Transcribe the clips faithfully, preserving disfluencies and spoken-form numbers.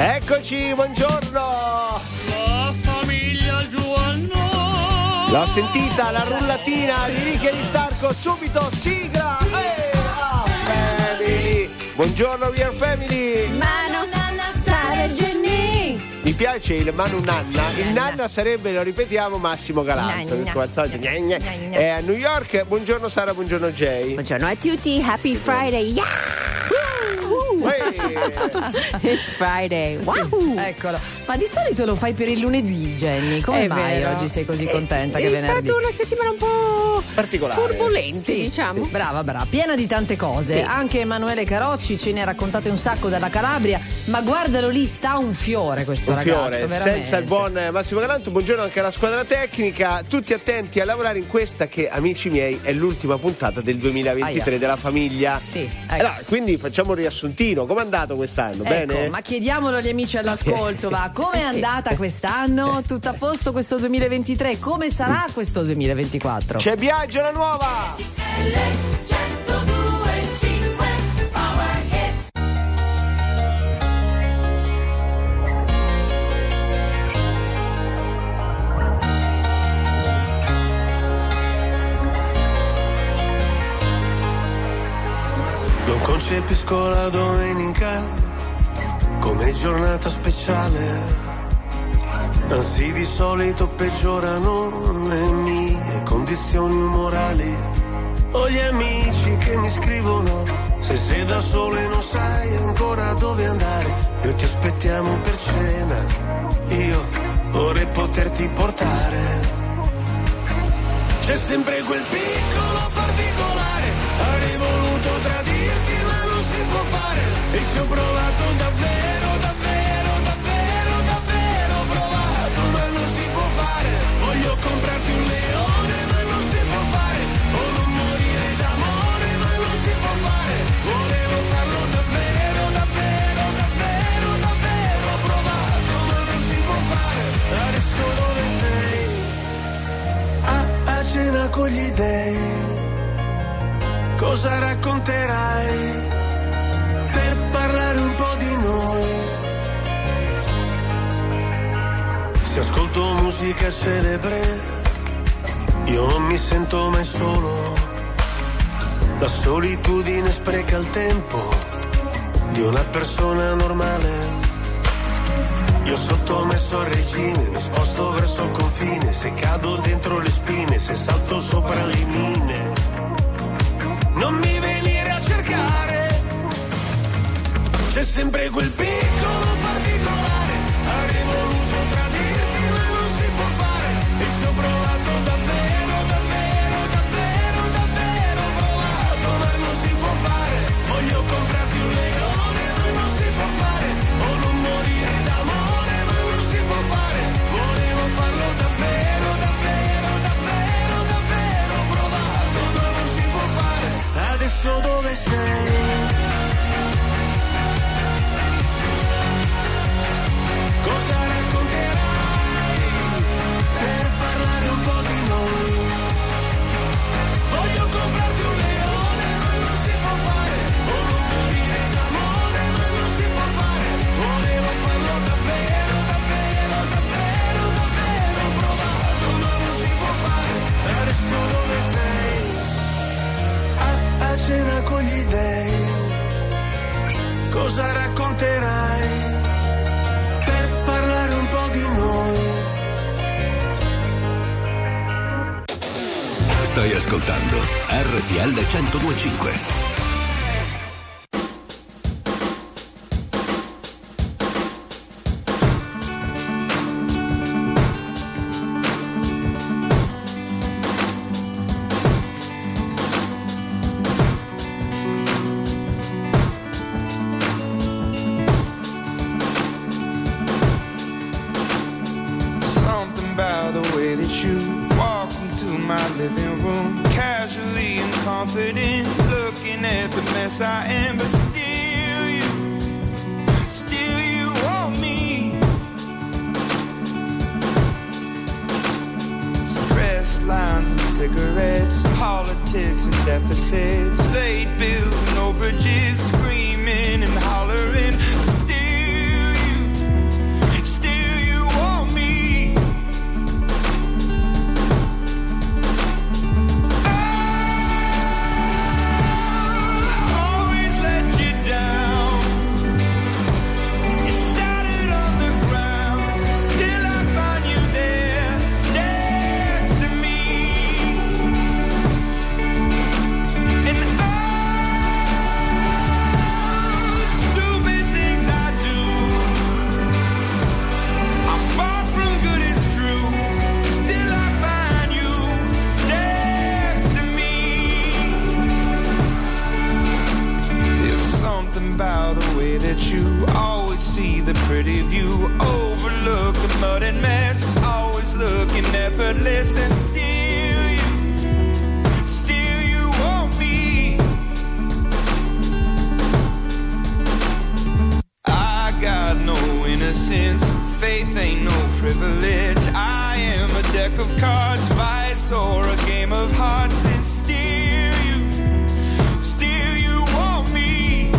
Eccoci, buongiorno. La famiglia Giovanno. L'ho sentita la rullatina di Ricky e di Starco, subito sigla. Hey, ah, family. Buongiorno, we are family. Manu, Nanna, Sara e Jenny. Mi piace il Manu Nanna. Il Nanna sarebbe, lo ripetiamo, Massimo Galanto. Gna, Come al solito, gna, gna. gna, gna. È a New York. Buongiorno Sara, buongiorno Jay. Buongiorno a tutti, happy Friday. Yeah! It's Friday. Wow. Eccolo. Ma di solito lo fai per il lunedì, Jenny. Come È mai vero. oggi sei così È- contenta è che venerdì? stata una settimana un po' Particolare. turbolente, Sì, diciamo. brava, brava, piena di tante cose. Sì. Anche Emanuele Carocci ce ne ha raccontate un sacco dalla Calabria, ma guardalo lì, sta un fiore questo Un ragazzo, fiore, veramente. senza il buon Massimo Galanto. Buongiorno anche alla squadra tecnica. Tutti attenti a lavorare in questa che, amici miei, è l'ultima puntata del duemilaventitré Aia. della famiglia. Sì, ecco. Allora, quindi facciamo un riassuntino. Com'è andato quest'anno? Ecco, Bene? ma chiediamolo agli amici all'ascolto, va, come è Eh sì. andata quest'anno? Tutto a posto questo duemilaventitré? Come sarà questo duemilaventiquattro? C'è Biagio la nuova! Non concepisco la domenica come giornata speciale, anzi di solito peggiorano le mie condizioni morali. Ho gli amici che mi scrivono: se sei da solo e non sai ancora dove andare, noi ti aspettiamo per cena, io vorrei poterti portare. C'è sempre quel piccolo particolare, avrei voluto tradirti ma non si può fare, e ci ho provato davvero, davvero, davvero, davvero provato, ma non si può fare. Voglio comprarti un leone ma non si può fare, o non morire d'amore ma non si può fare. Volevo farlo davvero, davvero, davvero, davvero provato, ma non si può fare. Adesso dove sei? A, a cena con gli dèi, cosa racconterai per parlare un po' di noi? Se ascolto musica celebre, io non mi sento mai solo. La solitudine spreca il tempo di una persona normale. Io sottomesso al regime, mi sposto verso il confine, se cado dentro le spine, se salto sopra le mine. Non mi venire a cercare, c'è sempre quel piccolo particolare, avrei voluto tradirti ma non si può fare, e ci ho provato davvero, davvero, davvero, davvero provato, ma non si può fare. Voglio comprarti un leone ma non si può fare, o non morire d'amore ma non si può fare. Volevo farlo davvero, davvero, davvero, davvero provato, ma non si può fare. Adesso dove sei? Cosa racconterai per parlare un po' di noi? Voglio comprarti un leone ma non si può fare, o non morire d'amore ma non si può fare. Volevo farlo davvero, davvero, davvero, davvero provato, ma non si può fare. Adesso dove sei? A, a cena con gli dèi, cosa racconterai per parlare un po' di noi? Stai ascoltando R T L centodue e cinque. Something about the way that you walk into my living room, casually and confident, looking at the mess I am, but still you, still you want me. Stress lines and cigarettes, politics and deficits, late bills and overages, screaming and hollering, but still you, something about the way that you always see the pretty view, overlook the mud and mess, always looking effortless, and still you, still you want me. I got no innocence, faith ain't no privilege. I am a deck of cards, vice or a game of hearts, and still you, still you want me.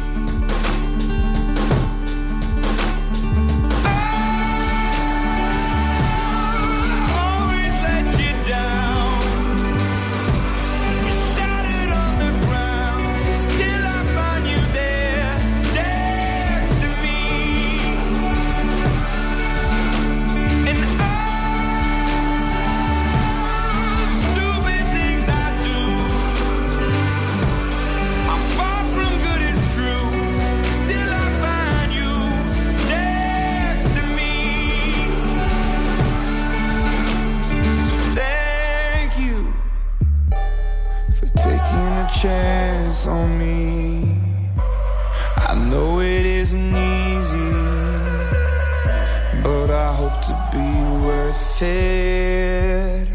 I'll always let you down. You shattered on the ground, still I find you there, next to me. And chance on me. I know it isn't easy, but I hope to be worth it.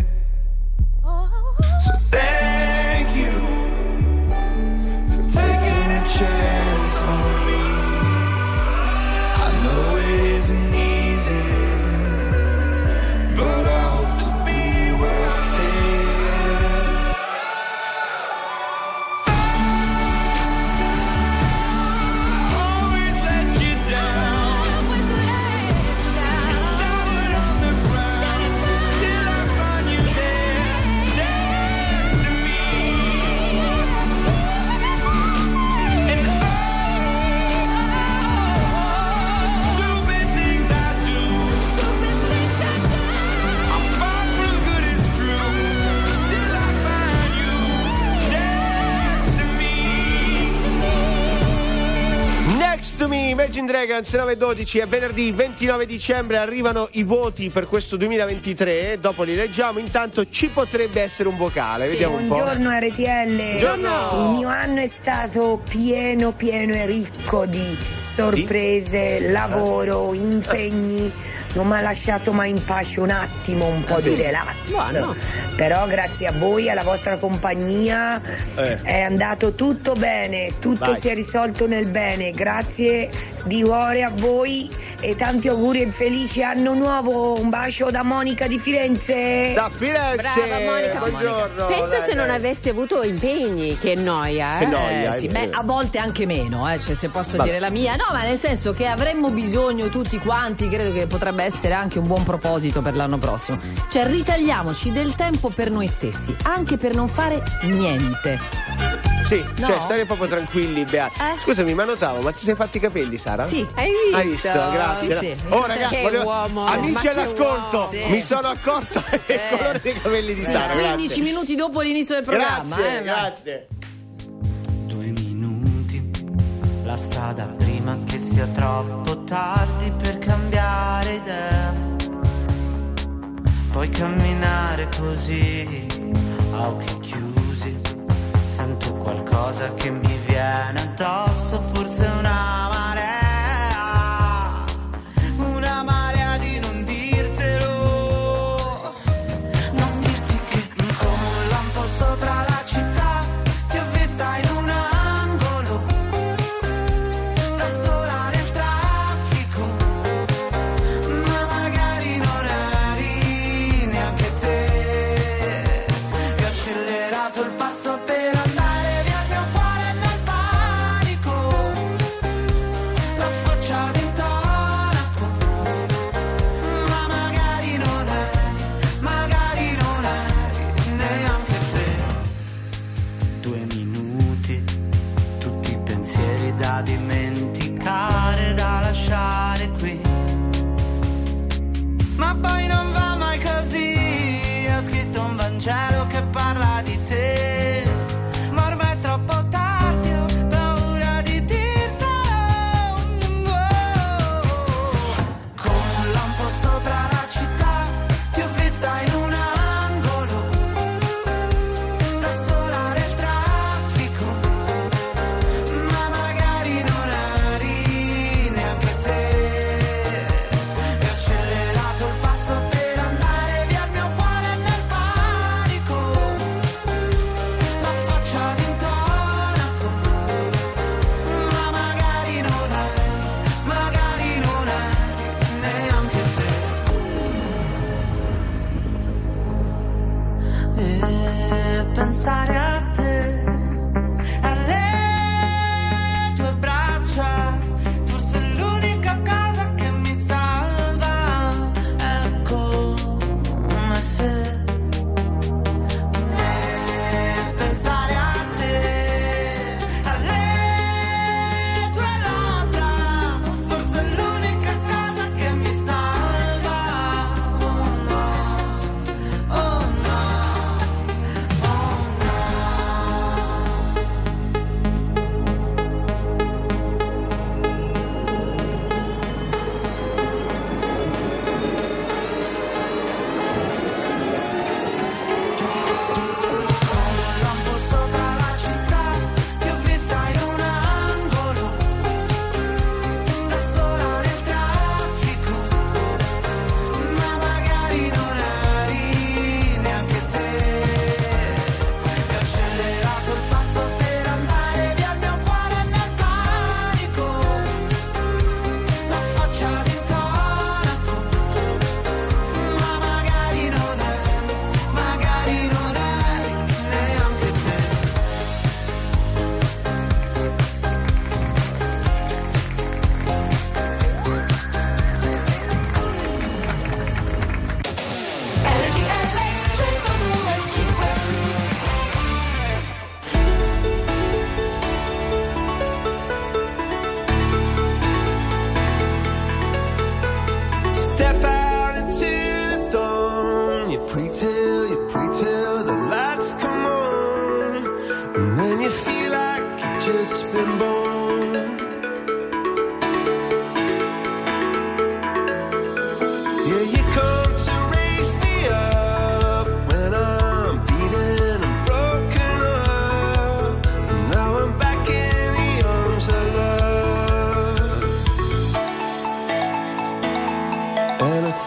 So thank you for taking a chance on me. I know it isn't easy, but I hope to be worth it. Imagine Dragons nove e dodici, è venerdì ventinove dicembre, arrivano i voti per questo duemilaventitré, dopo li leggiamo, intanto ci potrebbe essere un vocale, sì, vediamo un po'. Buongiorno R T L. Buongiorno. Il mio anno è stato pieno pieno e ricco di sorprese, di? lavoro, impegni, non mi ha lasciato mai in pace un attimo, un po' di relax. Buono. Però grazie a voi, alla vostra compagnia, eh. è andato tutto bene, tutto Vai. si è risolto nel bene. Grazie di cuore a voi e tanti auguri e felice anno nuovo. Un bacio da Monica di Firenze. Da Firenze. Brava Monica. Buongiorno. Pensa dai, se non dai. avessi avuto impegni, che noia, eh? Che noia, Eh, sì, beh, a volte anche meno, eh, cioè, se posso Vabbè. dire la mia. No, ma nel senso che avremmo bisogno tutti quanti, credo che potrebbe essere anche un buon proposito per l'anno prossimo. Cioè, ritagliamoci del tempo per noi stessi, anche per non fare niente. Sì, No? cioè stare proprio tranquilli, Beata. Eh? Scusami, ma notavo, ma ti sei fatti i capelli, Sara? Sì. Hai visto? Hai visto? Grazie. Sì, sì. Oh ragazzi, Che volevo- uomo, amici ma che all'ascolto, uomo. Sì. mi sono accorto del Eh. colore dei capelli di Sara. quindici Grazie. minuti dopo l'inizio del programma. Grazie, eh, ma- grazie. Due minuti, la strada prima che sia troppo tardi per cambiare idea. Puoi camminare così, a occhi chiusi. Sento qualcosa che mi viene addosso, forse una marea, una marea di non dirtelo, non dirti che come un lampo sopra la città ti ho vista in un angolo, da sola nel traffico, ma magari non eri neanche te, e ho accelerato il passo per andare via, il mio cuore nel panico, la faccia d'intonaco, ma magari non eri, magari non eri neanche te. Due minuti, tutti i pensieri da dimenticare, da lasciare qui, ma poi non va mai così. Ho scritto un Vangelo che parla di te, ma ormai è troppo tardi, ho paura di dirtelo. Come un lampo sopra la città ti ho vista in un angolo, da sola nel traffico, ma magari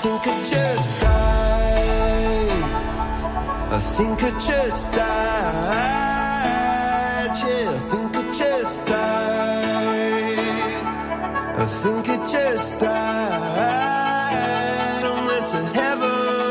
think I just died. I think I just died. Yeah, I think I just died. I think I just died. I went to heaven.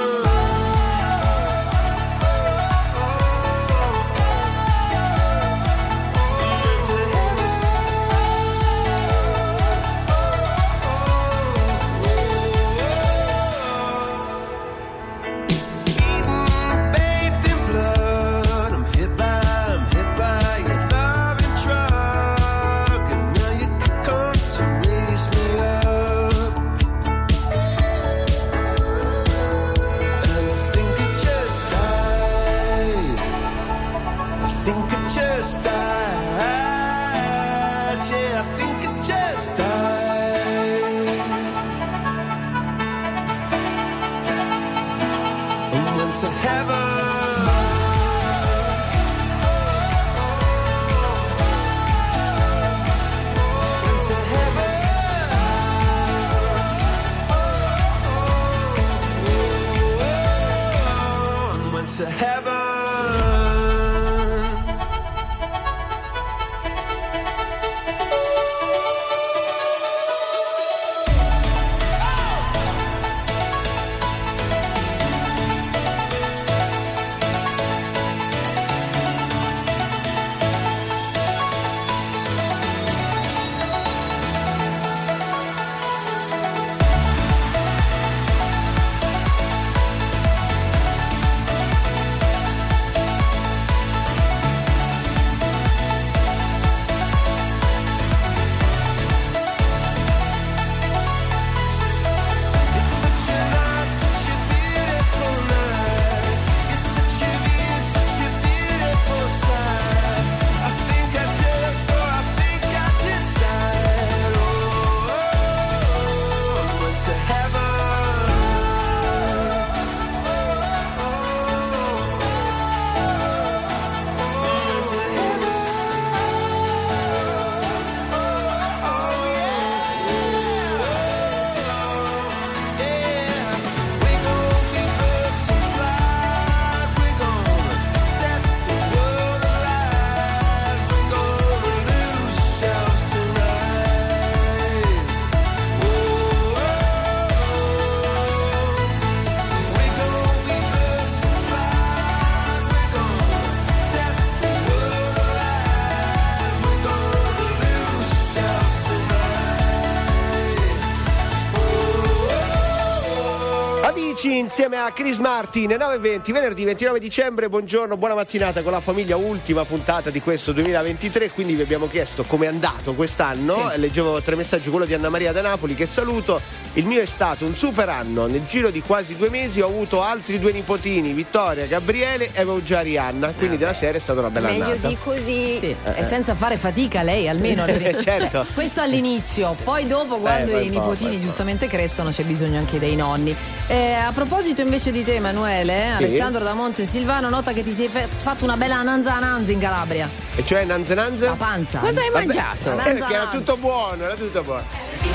Insieme a Chris Martin, nove e venti, venerdì ventinove dicembre. Buongiorno, buona mattinata con la famiglia, ultima puntata di questo duemilaventitré. Quindi vi abbiamo chiesto com'è andato quest'anno. Sì. Leggevo tre messaggi, quello di Anna Maria da Napoli, che saluto. Il mio è stato un super anno. Nel giro di quasi due mesi ho avuto altri due nipotini, Vittoria, Gabriele, e avevo già Arianna. Quindi della serie è stata una bella meglio annata. Di così. Sì. Eh. E senza fare fatica lei, almeno. Certo. Cioè, questo all'inizio, poi dopo quando eh, i po', nipotini giustamente crescono c'è bisogno anche dei nonni. Eh, a proposito invece di te, Emanuele, eh, sì. Alessandro da Monte Silvano nota che ti sei fe- fatto una bella nanza nanza in Calabria. E cioè nanze nanze? La panza. Cosa hai Vabbè, mangiato? Eh, perché era tutto buono, era tutto buono.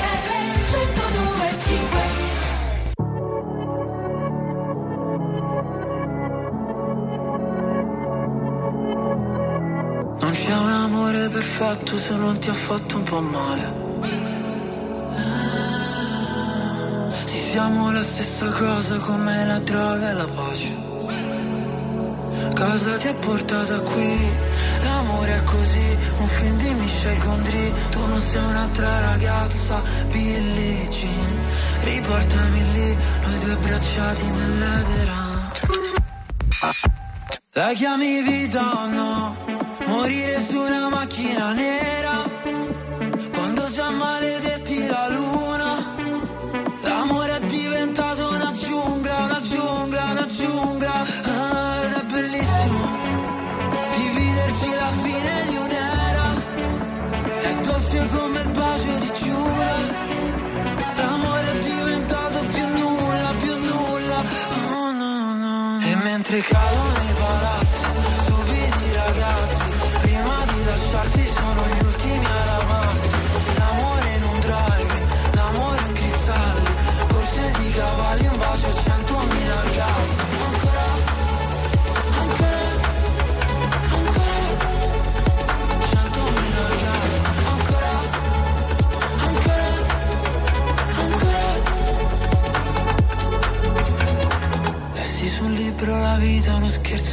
Non c'è un amore perfetto se non ti ha fatto un po' male. Sì, siamo la stessa cosa come la droga e la pace. Cosa ti ha portato qui? L'amore è così, un film di Michel Gondry. Tu non sei un'altra ragazza, Billie Jean. Riportami lì, noi due abbracciati nell'edera. La chiami vita o no? Morire su una macchina nera quando già maledetti la luna. L'amore è diventato una giungla, una giungla, una giungla. Ah, ed è bellissimo dividerci la fine di un'era. È dolce come il bacio di Giura. L'amore è diventato più nulla, più nulla. Oh no, no. E mentre cadono i palazzi, stupidi ragazzi, prima di lasciarsi sono gli ultimi a ramarsi. L'amore in un drive, l'amore in cristalli, corse di cavalli,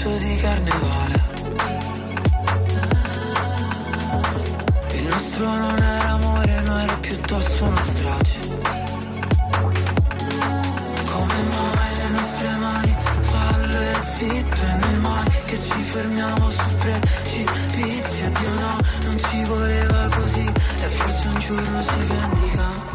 senso di carnevale. Il nostro non era amore, no, era piuttosto una strage. Come mai le nostre mani fallo e zitto e noi mai che ci fermiamo sul precipizio. Dio no, non ci voleva così e forse un giorno si vendica.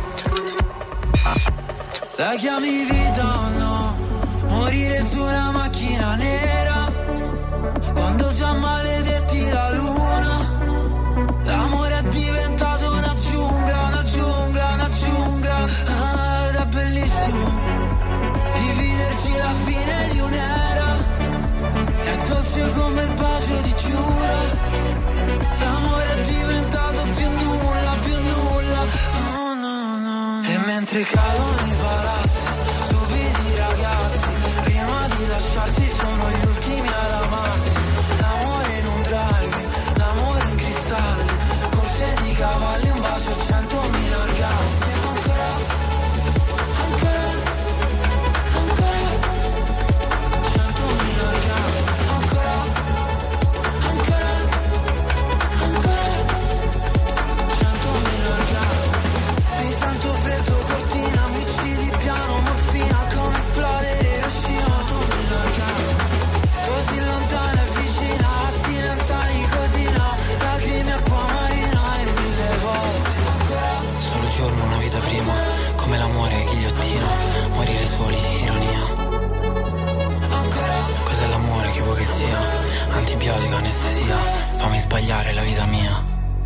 La chiami vita o no? Morire su una macchina nera quando già maledetti la luna. L'amore è diventato una giungla, una giungla, una giungla. Ah, ed è bellissimo dividerci la fine di un'era. È dolce come il bacio di Giura. L'amore è diventato più nulla, più nulla. Oh no, no. E mentre cadono i palazzi, stupidi ragazzi, prima di lasciarsi sono gli ultimi ad amarsi. L'amore in un drive, l'amore in cristalli, corse di cavalli, un bacio, centomila orgasmi. Ancora, ancora, ancora, centomila orgasmi. Ancora, ancora, ancora, centomila orgasmi. Mi sento freddo, cortina, mi uccidi piano, morfina, come esplodere Hiroshima. Centomila orgasmi. Così lontana e vicina, astinenza, nicotina, lacrime, acqua marina e mille volte. Ancora. Solo giorno, una vita prima, come l'amore, ghigliottina, morire soli, ironia. Ancora. Cos'è l'amore, che vuoi che sia? Antibiotico, anestesia, fammi sbagliare la vita mia.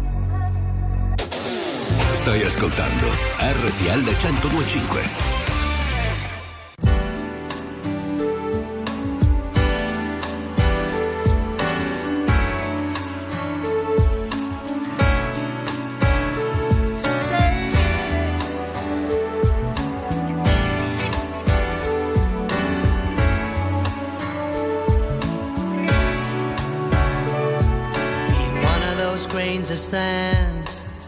Stai ascoltando R T L centodue e cinque. Grains of sand,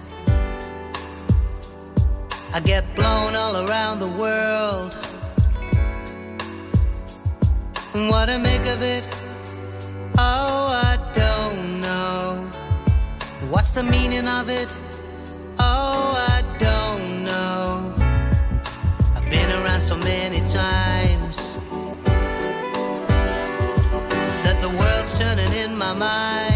I get blown all around the world. And what I make of it, oh, I don't know. What's the meaning of it? Oh, I don't know. I've been around so many times that the world's turning in my mind.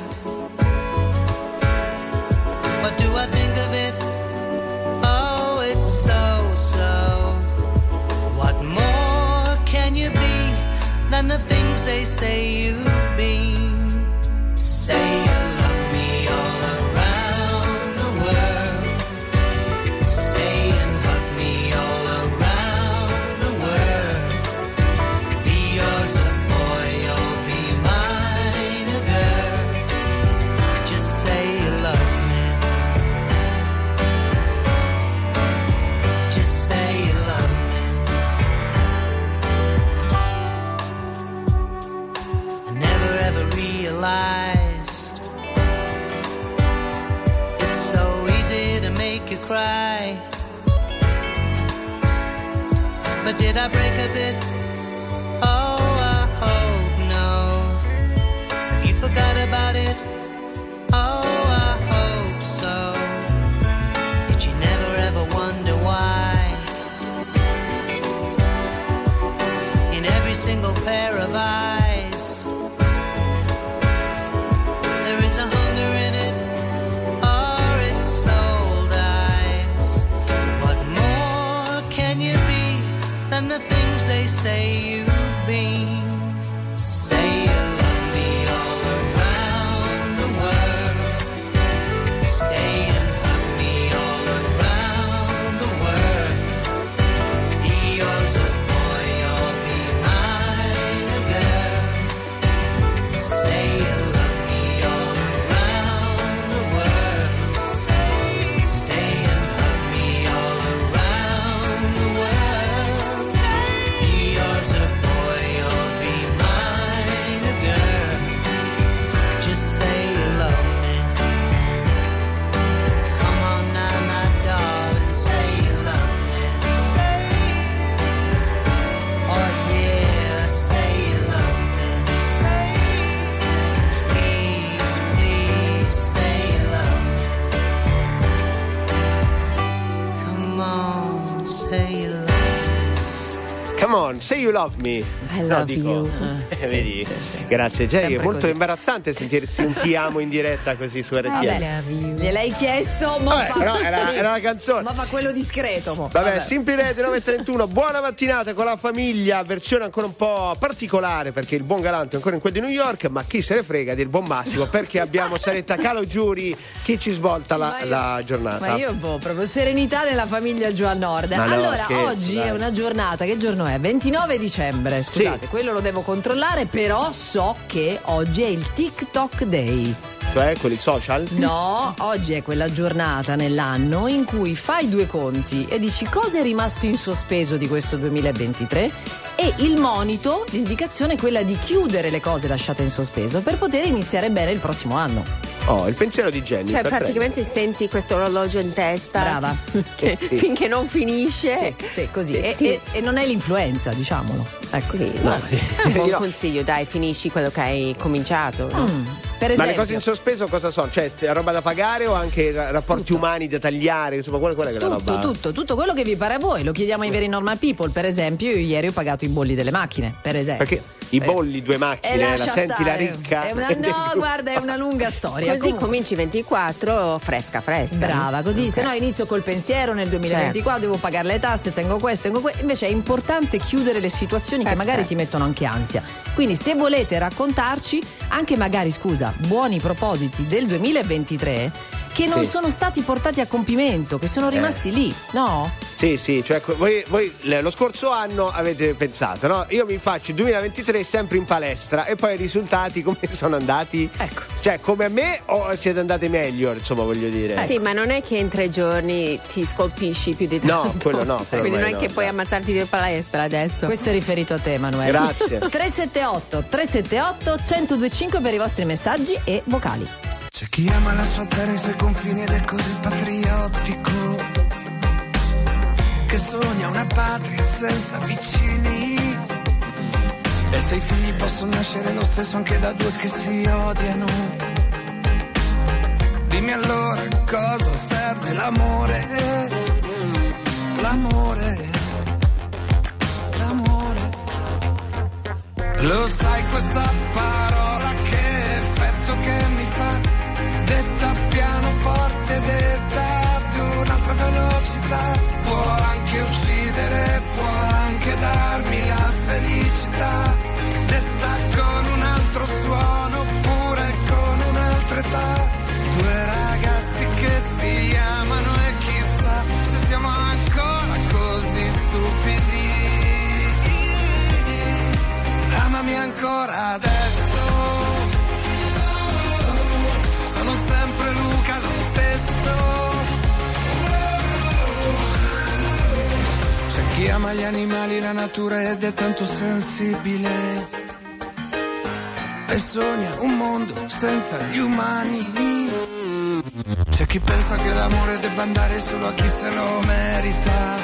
What do I think of it? Oh, it's so, so. What more can you be than the things they say you've been? Say you love me all around the world. Stay and hug me all around the world. Be yours a boy, or be mine a girl. Just say you love me. Realized it's so easy to make you cry. But did I break a bit? Oh, I hope no. Have you forgot about it? Oh, I hope so. Did you never ever wonder why? In every single pair of eyes say Come on, say you love me. I no, love dico, you. Eh, Sì, vedi? sì, sì, Grazie Jerry, Sempre è molto così. imbarazzante sentirsi un ti amo in diretta così su R T L. Vabbè, gliel'hai chiesto, ma Vabbè, fa, però era, era la canzone. ma fa quello discreto. Mo. Vabbè, Simply Red nove e trentuno, buona mattinata con la famiglia, versione ancora un po' particolare perché il buon Galanto è ancora in quel di New York, ma chi se ne frega del buon Massimo perché abbiamo Saretta Calo Giuri che ci svolta la, io, la giornata. Ma io boh, proprio serenità nella famiglia giù al nord. Ma no, allora, scherzo, oggi dai. è una giornata, che giorno è? ventinove dicembre, scusate, Sì. quello lo devo controllare, però so che oggi è il TikTok Day. Cioè con i social? No, oggi è quella giornata nell'anno in cui fai due conti e dici cosa è rimasto in sospeso di questo duemilaventitré e il monito, l'indicazione è quella di chiudere le cose lasciate in sospeso per poter iniziare bene il prossimo anno. Oh, il pensiero di Jenny. Cioè, perfetto. praticamente senti questo orologio in testa. Brava. Che, Sì. finché non finisce. Sì, sì, così. Sì, E, sì. e- e non è l'influenza, diciamolo. Ecco. Sì, ma è un buon Io- consiglio, dai, finisci quello che hai cominciato. no? Mm, per Ma esempio, le cose in sospeso cosa sono? Cioè, st- roba da pagare o anche ra- rapporti umani da tagliare? Insomma, quella, quella che è la tutto, roba. tutto, tutto quello che vi pare a voi. Lo chiediamo ai veri normal people. Per esempio, io ieri ho pagato i bolli delle macchine. Per esempio. Perché i bolli, due macchine, E la lascia senti la stare. ricca. È una- del no, gruppo. guarda, è una lunga storia. Così Comunque- cominci ventiquattro fresca, fresca. Brava, così Ok. se no inizio col pensiero nel duemilaventiquattro, devo pagare le tasse, tengo questo, tengo questo. Invece è importante chiudere le situazioni che Perfetto. magari ti mettono anche ansia. Quindi se volete raccontarci anche magari, scusa, buoni propositi del duemilaventitré che non Sì. sono stati portati a compimento, che sono rimasti lì, no? Sì, sì, cioè co- voi, voi le- lo scorso anno avete pensato, no? Io mi faccio il duemilaventitré sempre in palestra e poi i risultati come sono andati? Ecco. Cioè, come a me o siete andate meglio, insomma, voglio dire. Sì, ma non è che in tre giorni ti scolpisci più di tanto. No, quello no, quello Quindi non ormai è no, che puoi dai. ammazzarti di palestra adesso. Questo è riferito a te, Emanuele. Grazie. tre sette otto tre sette otto uno zero due cinque per i vostri messaggi e vocali. C'è chi ama la sua terra e i suoi confini ed è così patriottico che sogna una patria senza vicini. E se i figli possono nascere lo stesso anche da due che si odiano, dimmi allora cosa serve l'amore, l'amore, l'amore. Lo sai questa parola che effetto che mi fa? Detta piano forte, detta ad un'altra velocità. Può anche uccidere, può anche darmi la felicità. Detta con un altro suono, oppure con un'altra età. Due ragazzi che si amano e chissà se siamo ancora così stupidi. Amami ancora adesso. Sono sempre Luca lo stesso. C'è chi ama gli animali, la natura ed è tanto sensibile e sogna un mondo senza gli umani. C'è chi pensa che l'amore debba andare solo a chi se lo merita,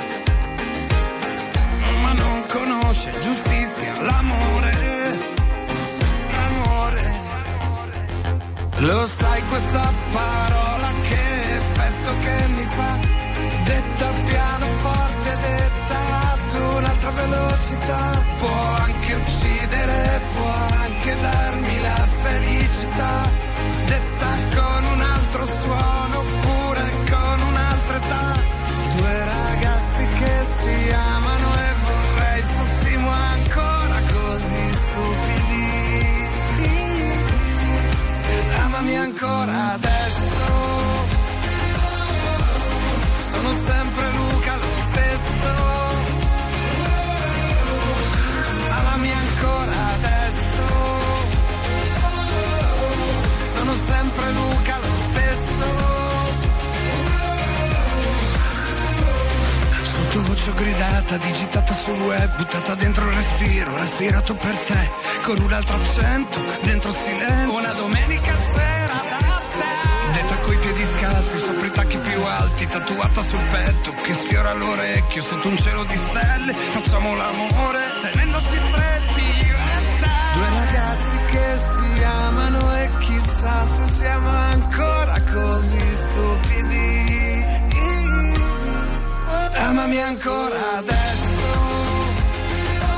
ma non conosce giustizia, l'amore, l'amore. Lo sai questa parola che effetto che mi fa? Detta piano forte, detta ad un'altra velocità. Può anche uccidere, può anche darmi la felicità. Detta con un altro suono, oppure con un'altra età. Due ragazzi che si amano e vorrei fossimo ancora così stupidi. Amami ancora adesso. Sono sempre Luca lo stesso. Amami ancora adesso. Sono sempre Luca lo stesso. Sottovoce gridata, digitata sul web, buttata dentro il respiro, respirato per te, con un altro accento, dentro il silenzio. Una domenica sera da te, detta coi piedi scalzi, sopra i tacchi più alti, tatuata sul petto, che sfiora l'orecchio, sotto un cielo di stelle, facciamo l'amore, tenendosi stretti, io e te. Due ragazzi che si amano e chissà se siamo ancora così stupidi. Amami ancora adesso.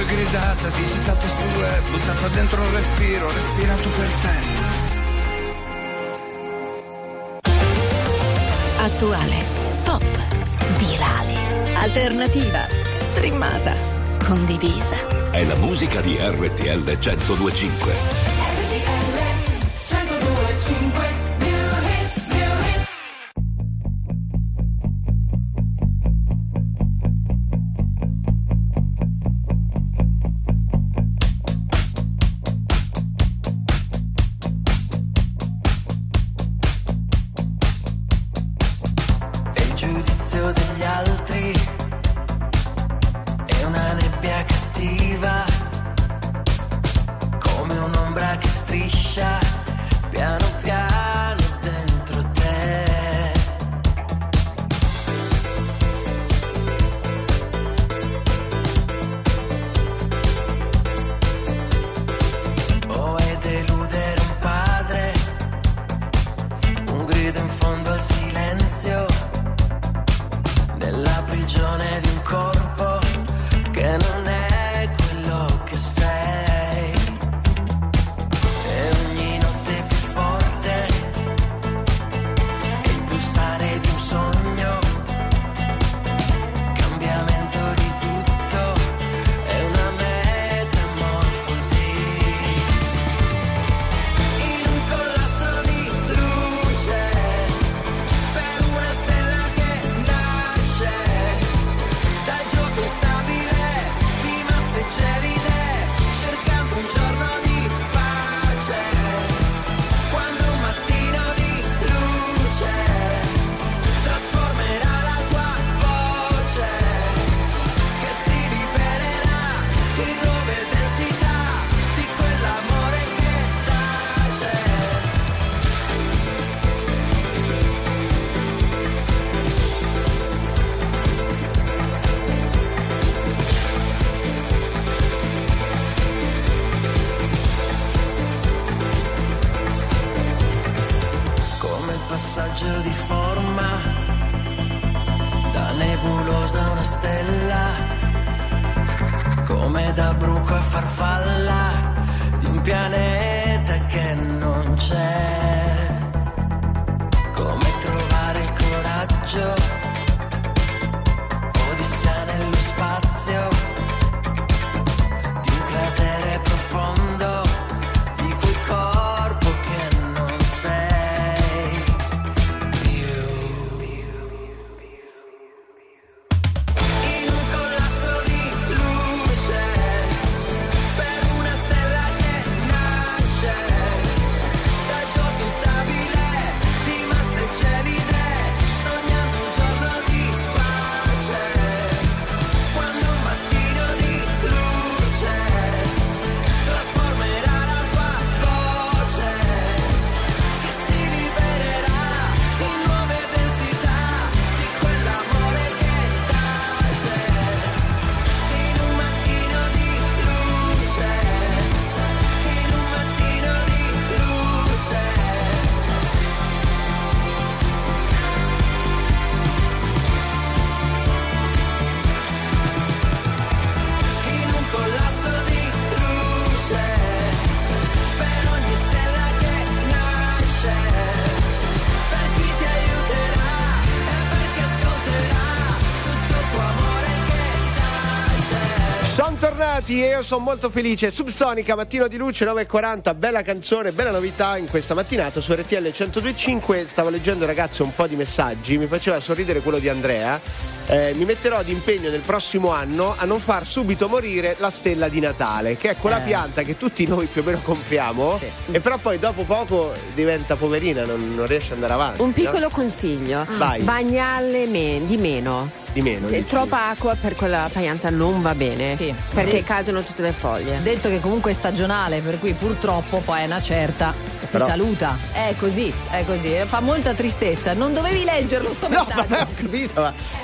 poi gridata, digitata sul web, buttata dentro un respiro, respirato per te. Attuale, pop, virale, alternativa, streamata, condivisa. È la musica di R T L centodue e cinque. R T L centodue e cinque. passaggio di forma, da nebulosa a una stella, come da bruco a farfalla di un pianeta che non c'è. Come trovare il coraggio, odissea nello spazio, di un cratere profondo, di quel corpo che non sei più. In un collasso di luce, per una stella che nasce da gioco instabile di masse gelide, sognando un giorno di pace, quando un mattino di luce trasformerà la tua voce, che si libererà in nuove densità di quell'amore che tace. In un mattino di luce, in un mattino di luce. In un collasso di luce, per ogni stella che nasce, per chi ti aiuterà e per chi ascolterà tutto il tuo amore che tace. Sono tornati e io sono molto felice. Subsonica, Mattino di Luce, nove e quaranta, bella canzone, bella novità in questa mattinata su R T L centodue e cinque. Stavo leggendo, ragazzi, un po' di messaggi, mi faceva sorridere quello di Andrea. Eh, mi metterò d'impegno nel prossimo anno a non far subito morire la stella di Natale, che è quella Eh. pianta che tutti noi più o meno compriamo, Sì. e però poi dopo poco diventa poverina, non, non riesce ad andare avanti. Un no? piccolo consiglio: Vai. bagnarle me- di meno. Di meno. Se dici. troppa acqua per quella pianta non va bene. Sì. Perché De- cadono tutte le foglie. Detto che comunque è stagionale, per cui purtroppo poi è una certa che Però- ti saluta. È così, è così. Fa molta tristezza. Non dovevi leggerlo sto No, messaggio. vabbè, ho capito, ma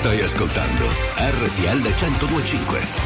Stai ascoltando R T L centodue e cinque.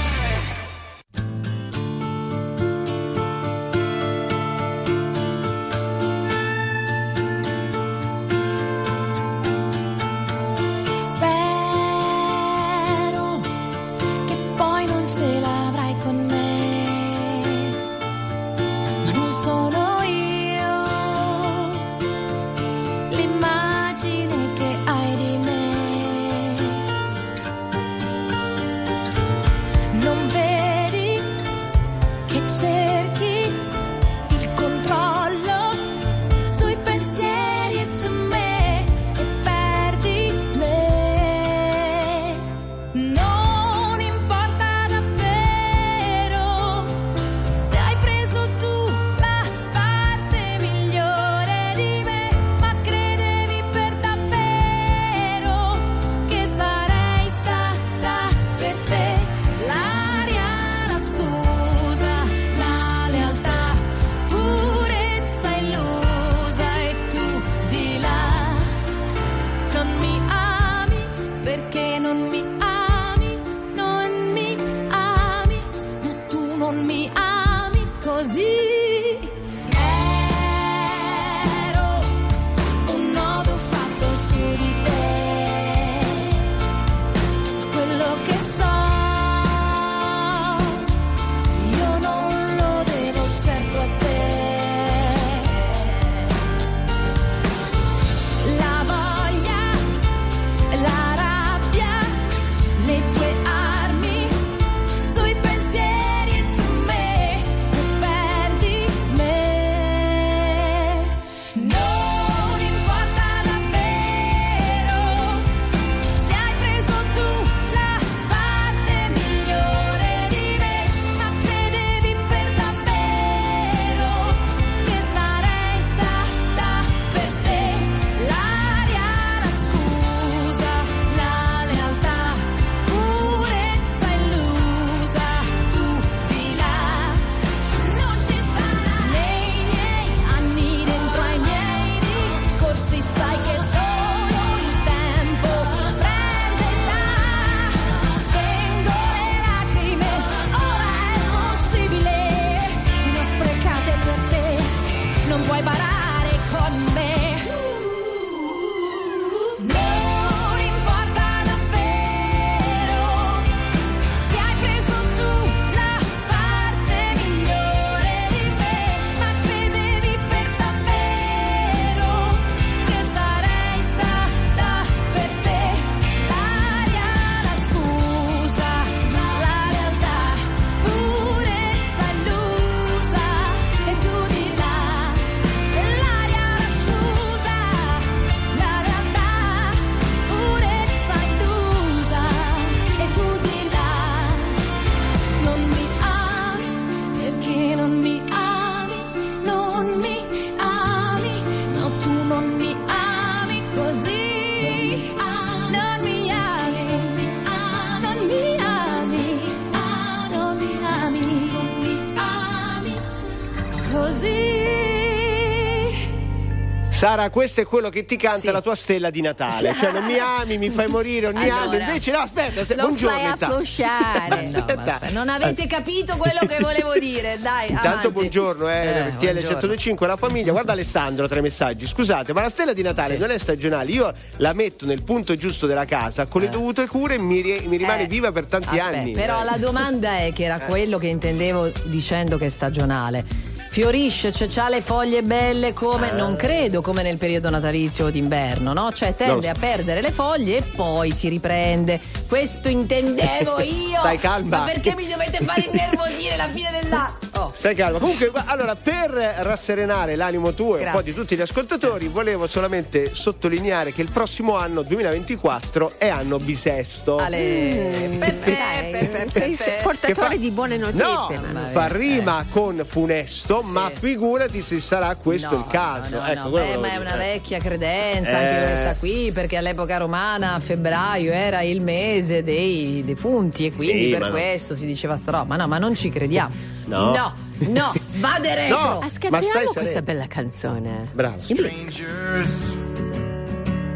Sara, questo è quello che ti canta sì. la tua stella di Natale. Cioè, non mi ami, mi fai morire ogni allora, anno. Invece, no, aspetta, se, lo buongiorno. fai a flosciare. No, aspetta, non avete capito quello che volevo dire. Dai, intanto, avanti. buongiorno, eh, eh R T L centodue e cinque, la famiglia. Guarda Alessandro, tre messaggi. Scusate, ma la stella di Natale sì. non è stagionale. Io la metto nel punto giusto della casa, con le eh. dovute cure mi, ri- mi rimane eh. viva per tanti aspetta, anni. Però eh. la domanda è che era eh. quello che intendevo dicendo che è stagionale. Fiorisce, cioè c'ha le foglie belle come, non credo come nel periodo natalizio o d'inverno, no? Cioè tende no. a perdere le foglie e poi si riprende. Questo intendevo io. Stai calma. Ma perché mi dovete fare innervosire la fine dell'anno? Oh. Stai calma. Comunque, allora, per rasserenare l'animo tuo Grazie. e un po' di tutti gli ascoltatori, Grazie. volevo solamente sottolineare che il prossimo anno, duemilaventiquattro, è anno bisesto. Ale. Mm. Per te, per te, sei portatore fa... di buone notizie. No, fa rima con funesto. Sì. Ma figurati se sarà questo no, il caso. No, no, ecco, no. Beh, ma è una vecchia credenza eh. anche questa qui, perché all'epoca romana a febbraio era il mese dei defunti e quindi sì, per questo no. si diceva sta roba. Ma no, ma non ci crediamo. No, no, no. vade retro. No, ascoltiamo questa bella canzone. Bravo. Strangers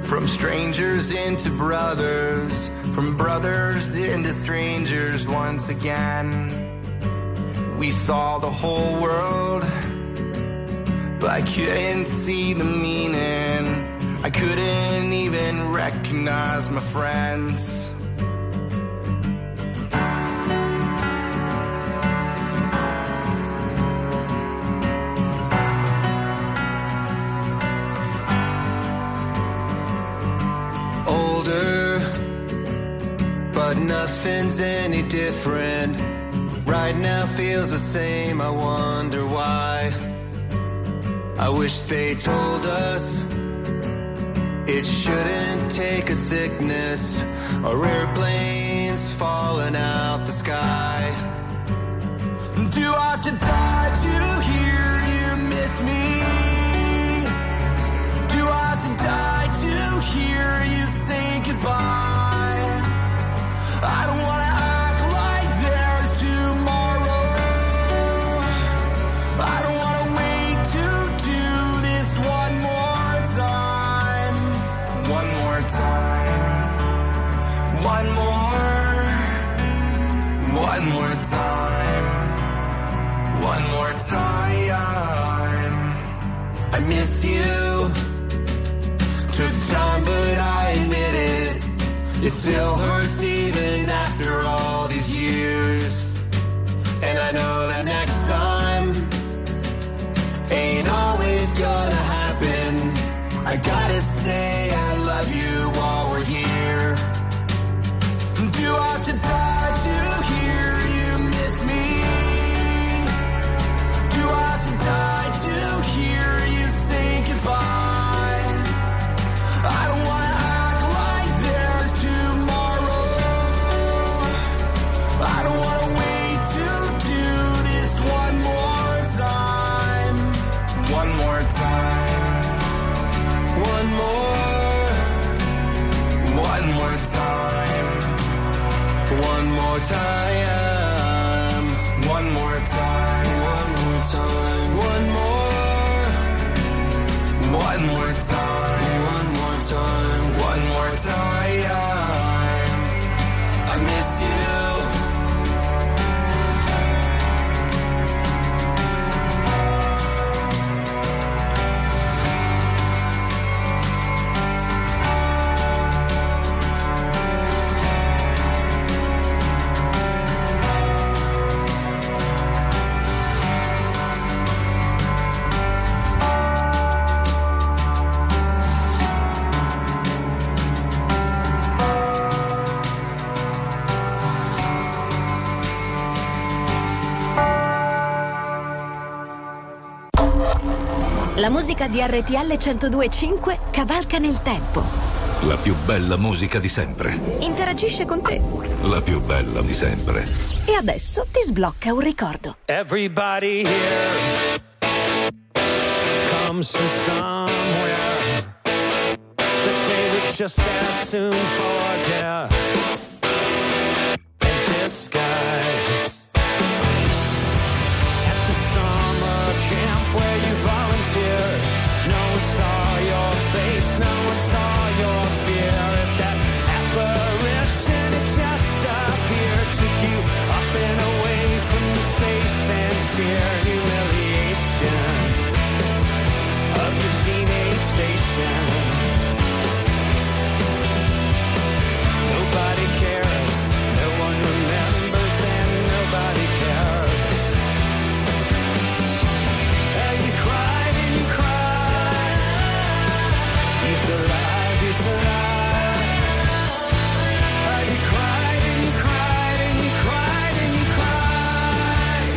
From strangers into brothers, from brothers into strangers once again. We saw the whole world, but I couldn't see the meaning. I couldn't even recognize my friends. Older, but nothing's any different. Right now feels the same, I wonder why. I wish they told us it shouldn't take a sickness or airplanes falling out the sky. Do I have to die to hear you miss me? Do I have to die to hear you say goodbye? I don't wanna act like there's tomorrow. I don't wanna wait to do this one more time. One more time. One more. One more time. One more time. I miss you. Took time, but I admit it. It still hurts even after all these years. And I know that next time ain't always gonna happen. I gotta say I love you while we're here. Do I have to die to hear you miss me? Do I have to die to hear you say goodbye? I don't wanna act like there's tomorrow. I don't wanna wait to do this one more time. One more time. One more. One more time. One more time. One more time. One more time. One more. One more time. One more time. One more time. I miss you. La musica di R T L centodue e cinque cavalca nel tempo. La più bella musica di sempre. Interagisce con te. La più bella di sempre. E adesso ti sblocca un ricordo. Everybody here comes from somewhere that they would just as soon forget and disguise. At the summer camp where you volunteered, no one saw your face, no one saw your fear. If that apparition had just appeared, took you up and away from the space and sheer humiliation of your teenage station. Nobody cares, no one remembers, and nobody cares. And you cried and you cried. He's alive, he's alive. And you cried and you cried and you cried and you cried.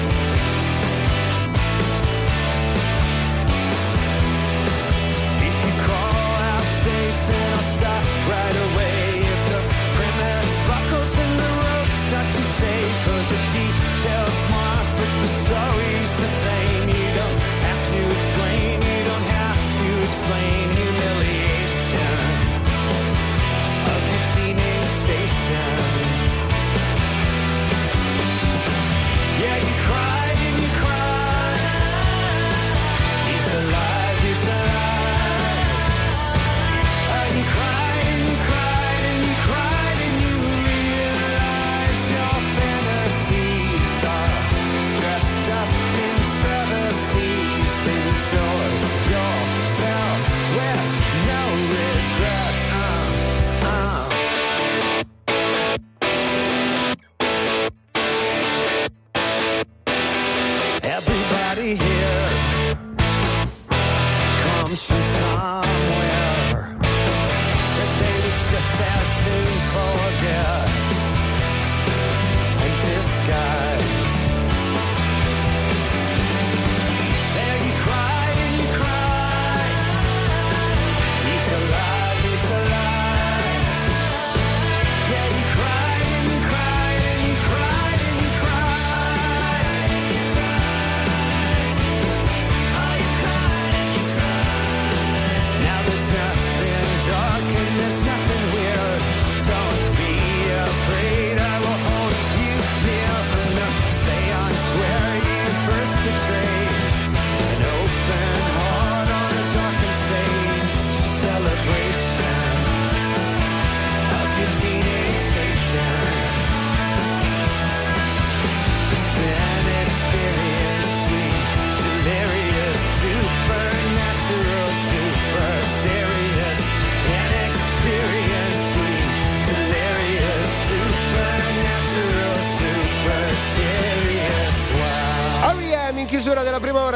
If you call out safe, then I'll stop right away. If the premise buckles and the ropes start to shake, 'cause the details smart, but the story's the same. You don't have to explain, you don't have to explain humiliation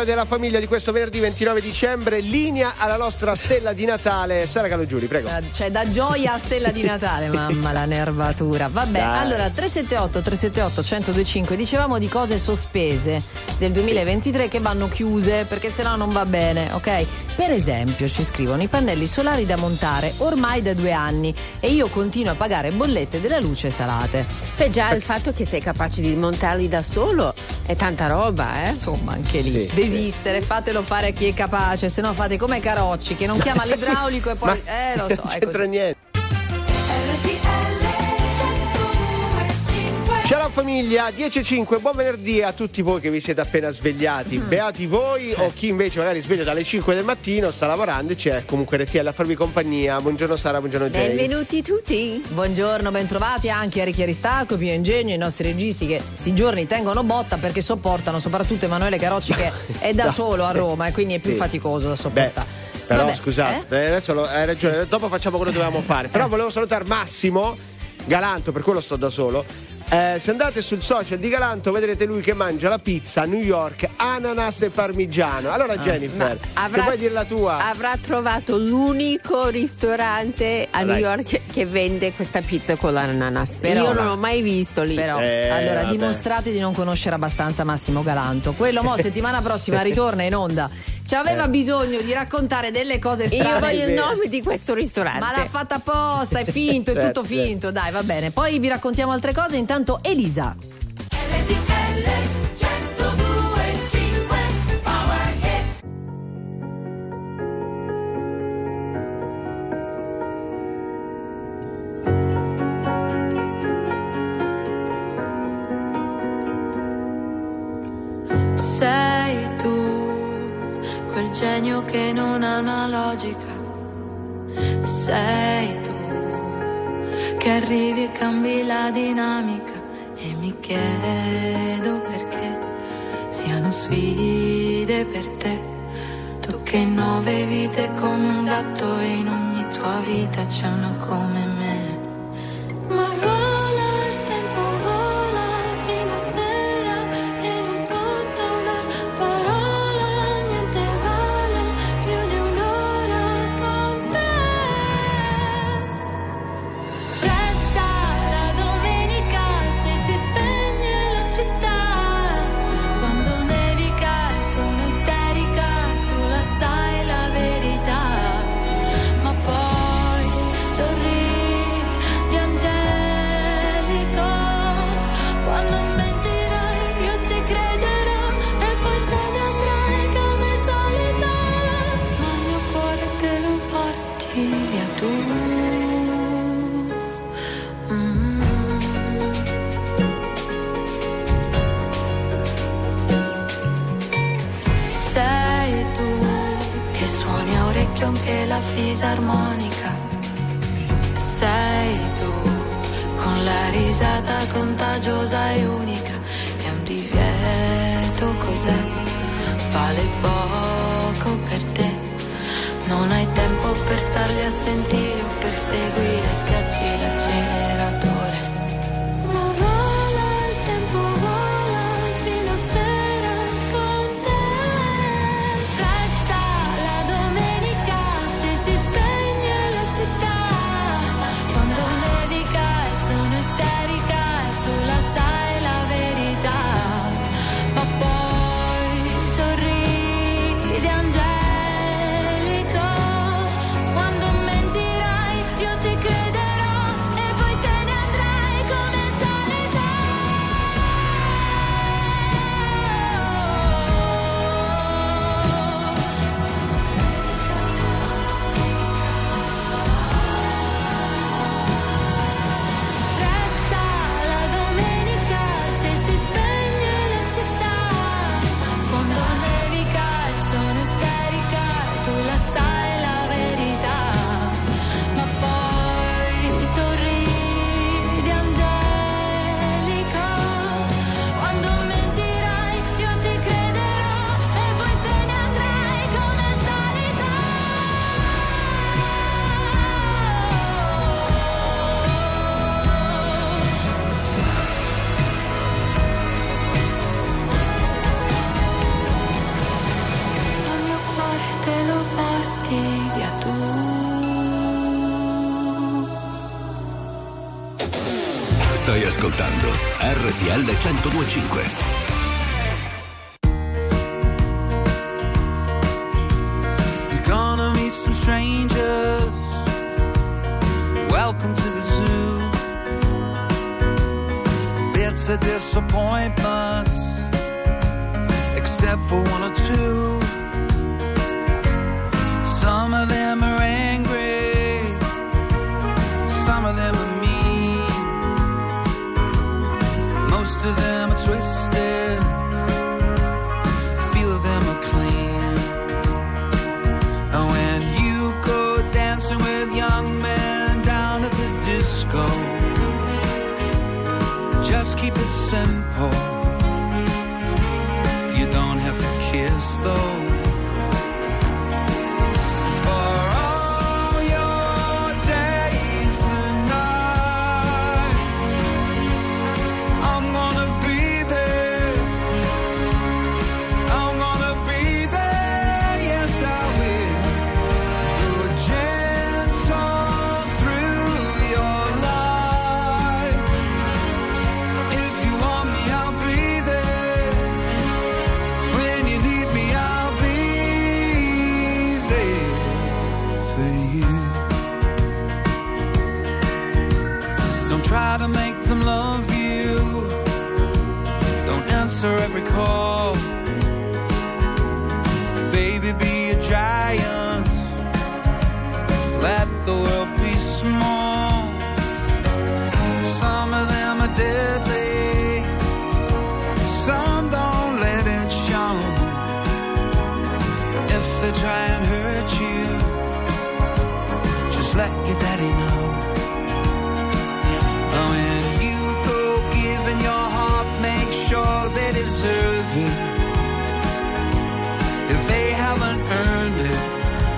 della famiglia di questo venerdì ventinove dicembre. Linea alla nostra stella di Natale. Sara Calogiuri, prego. Cioè da gioia a stella di Natale, mamma la nervatura. Vabbè, Dai. allora tre sette otto tre sette otto uno zero due cinque, dicevamo di cose sospese del duemilaventitré che vanno chiuse perché sennò non va bene, ok? Per esempio ci scrivono i pannelli solari da montare ormai da due anni e io continuo a pagare bollette della luce salate. Beh, già il fatto che sei capace di montarli da solo è tanta roba, eh? Insomma, anche lì. Sì, Desistere, fatelo fare a chi è capace, se no fate come Carocci che non chiama l'idraulico e poi Ma eh lo so, non è c'entra così. niente. Ciao la famiglia, dieci e cinque, buon venerdì a tutti voi che vi siete appena svegliati. Mm. Beati voi o chi invece magari sveglia dalle cinque del mattino, sta lavorando e c'è comunque R T L a farvi compagnia. Buongiorno Sara, buongiorno Jay. Benvenuti tutti. Buongiorno, bentrovati anche a Ricky Aristarco, Pio Ingegno, i nostri registi che sti giorni tengono botta perché sopportano soprattutto Emanuele Carocci che è da No. solo a Roma e quindi è più Sì. faticoso da Beh, sopportare. però Vabbè, scusate, eh, adesso lo- hai ragione, Sì. dopo facciamo quello che dovevamo fare. Però volevo salutare Massimo Galanto, per quello sto da solo. Eh, se andate sul social di Galanto vedrete lui che mangia la pizza a New York, ananas e parmigiano. Allora Jennifer, se Avrà- vuoi dire la tua. Avrà trovato l'unico ristorante a Dai. New York che vende questa pizza con l'ananas. Però- Io non l'ho mai visto lì. Però, Eh, allora vabbè. dimostrate di non conoscere abbastanza Massimo Galanto. Quello mo settimana prossima ritorna in onda. Ci aveva Eh. bisogno di raccontare delle cose strane. Io voglio il vero. nome di questo ristorante. Ma l'ha fatta apposta, è finto, è Certo, tutto finto. Dai, va bene. Poi vi raccontiamo altre cose. Intanto Elisa. Sei tu, quel genio che non ha una logica. Sei tu, che arrivi e cambi la dinamica. E mi chiedo perché siano sfide per te. Tu che in nove vite come un gatto e in ogni tua vita c'è uno come me. Ma vola il tempo, vola fino a sera e non conta una parola, niente vale più di un'ora con te. Resta la domenica se si spegne la città, quando nevica e sono isterica, tu la sai la verità, ma poi sorridi angelico, quando mentirai io ti crederò e poi te ne andrai come solita, ma il mio cuore te lo porti via tu. Mm. Sei tu che suoni a orecchio anche la fisarmonica. Sei tu con la risata contagiosa e unica. È un divieto, cos'è? Vale poco per te. Non hai tempo per starli a sentire o per seguire, schiacci l'acceleratore. Ma vola il tempo, vola fino a sera con te. Resta la domenica se si spegne la città, quando nevica e sono isterica e tu la sai la verità, ma poi sorridi angelico, quando mentirai io ti crederò e poi te Stai ascoltando R T L centodue e cinque. You're gonna meet some strangers. Welcome to the zoo. Bits of disappointments, except for one or two. Some of them are angry, some of them are mean, most of them are twisted, few of them are clean. And when you go dancing with young men down at the disco, just keep it simple. You don't have to kiss though. To make them love you, don't answer every call. Baby, be a giant, let the world be small. Some of them are deadly, some don't let it show. If they try and hurt you, just let your daddy know. They deserve it. If they haven't earned it,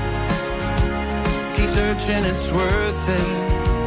keep searching, it's worth it.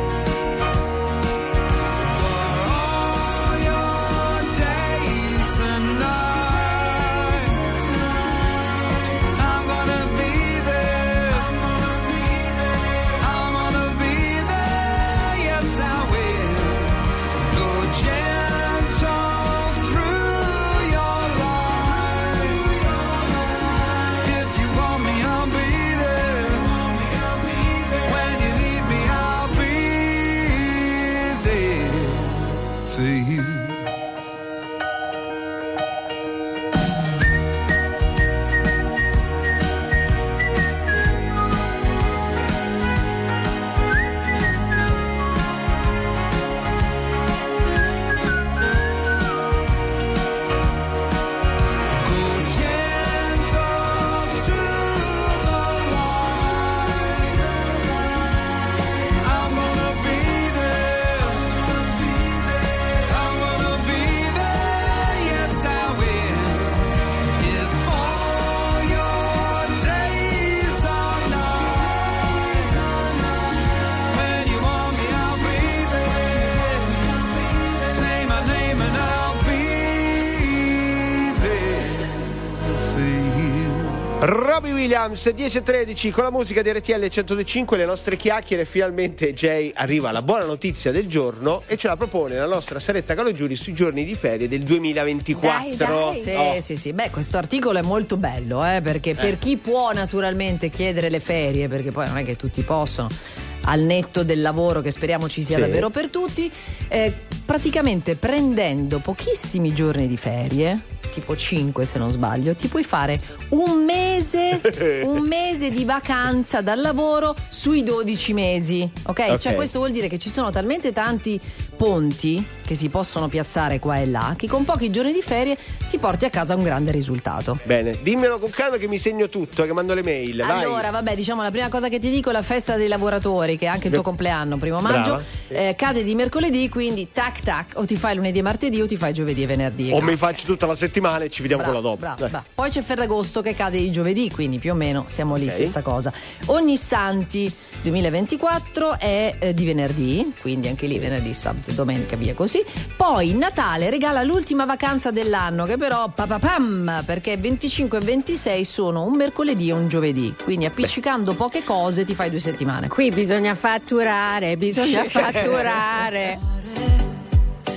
Robbie Williams, dieci e tredici con la musica di R T L centodue e cinque, le nostre chiacchiere. Finalmente Jay arriva la buona notizia del giorno e ce la propone la nostra Saretta Calogiuri sui giorni di ferie del duemilaventiquattro. Dai, dai. Sì, oh. sì, sì. Beh, questo articolo è molto bello, eh, perché eh. per chi può naturalmente chiedere le ferie, perché poi non è che tutti possono, al netto del lavoro che speriamo ci sia sì. davvero per tutti, eh, praticamente prendendo pochissimi giorni di ferie, tipo cinque se non sbaglio, ti puoi fare un mese un mese di vacanza dal lavoro sui dodici mesi, ok? okay. Cioè questo vuol dire che ci sono talmente tanti ponti che si possono piazzare qua e là che con pochi giorni di ferie ti porti a casa un grande risultato. Bene, dimmelo con calma che mi segno tutto, che mando le mail. Allora, vai. vabbè, diciamo la prima cosa che ti dico è la festa dei lavoratori, che è anche il tuo compleanno, primo maggio, sì. eh, cade di mercoledì, quindi tac tac, o ti fai lunedì e martedì o ti fai giovedì e venerdì. O mi faccio tutta la settimana e ci vediamo bravo, quella dopo. Bravo, bravo. Poi c'è Ferragosto che cade il giovedì, quindi più o meno siamo lì, okay. stessa cosa. Ogni Santi duemilaventiquattro è eh, di venerdì, quindi anche lì venerdì, sabato e domenica, via così. Poi Natale regala l'ultima vacanza dell'anno, che però papapam, perché venticinque e ventisei sono un mercoledì e un giovedì, quindi appiccicando Beh. poche cose ti fai due settimane. Qui bisogna fatturare, bisogna fatturare.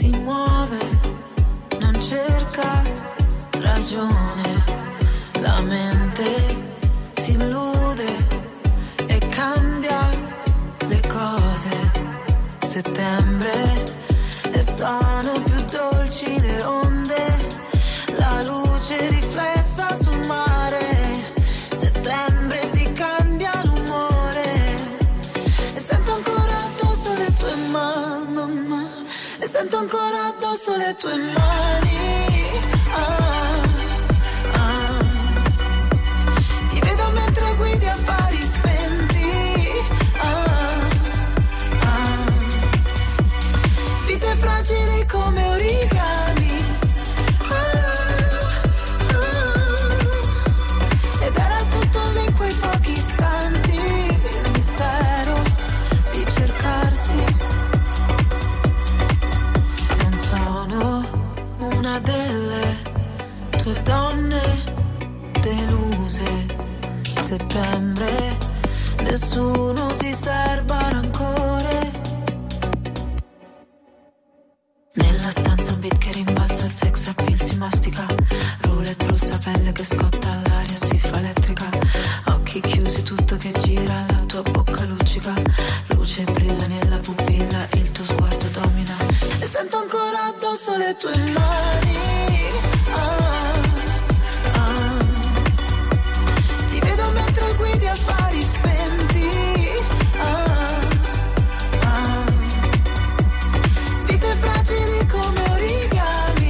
si muove, non cerca ragione, la mente si illude e cambia le cose. Settembre e sono più dolci le onde, la luce riflessa sul mare. Settembre ti cambia l'umore e sento ancora addosso le tue mani, e sento ancora addosso le tue mani. Ah, ah. Ti vedo mentre guidi affari spenti. Ah, ah. Vite fragili come origami. Ed era tutto lì in quei pochi istanti, il mistero di cercarsi. Non sono una delle tue donne deluse. Settembre, nessuno ti serba rancore. Nella stanza un beat che rimbalza, il sex appeal si mastica. Roulette rossa, pelle che scotta, all'aria si fa elettrica. Occhi chiusi, tutto che gira, la tua bocca luccica. Luce brilla nella pupilla, il tuo sguardo domina. E sento ancora addosso le tue mani. Ah, ah. Ti vedo mentre guidi affari spenti. Ah, ah. Vite fragili come origami.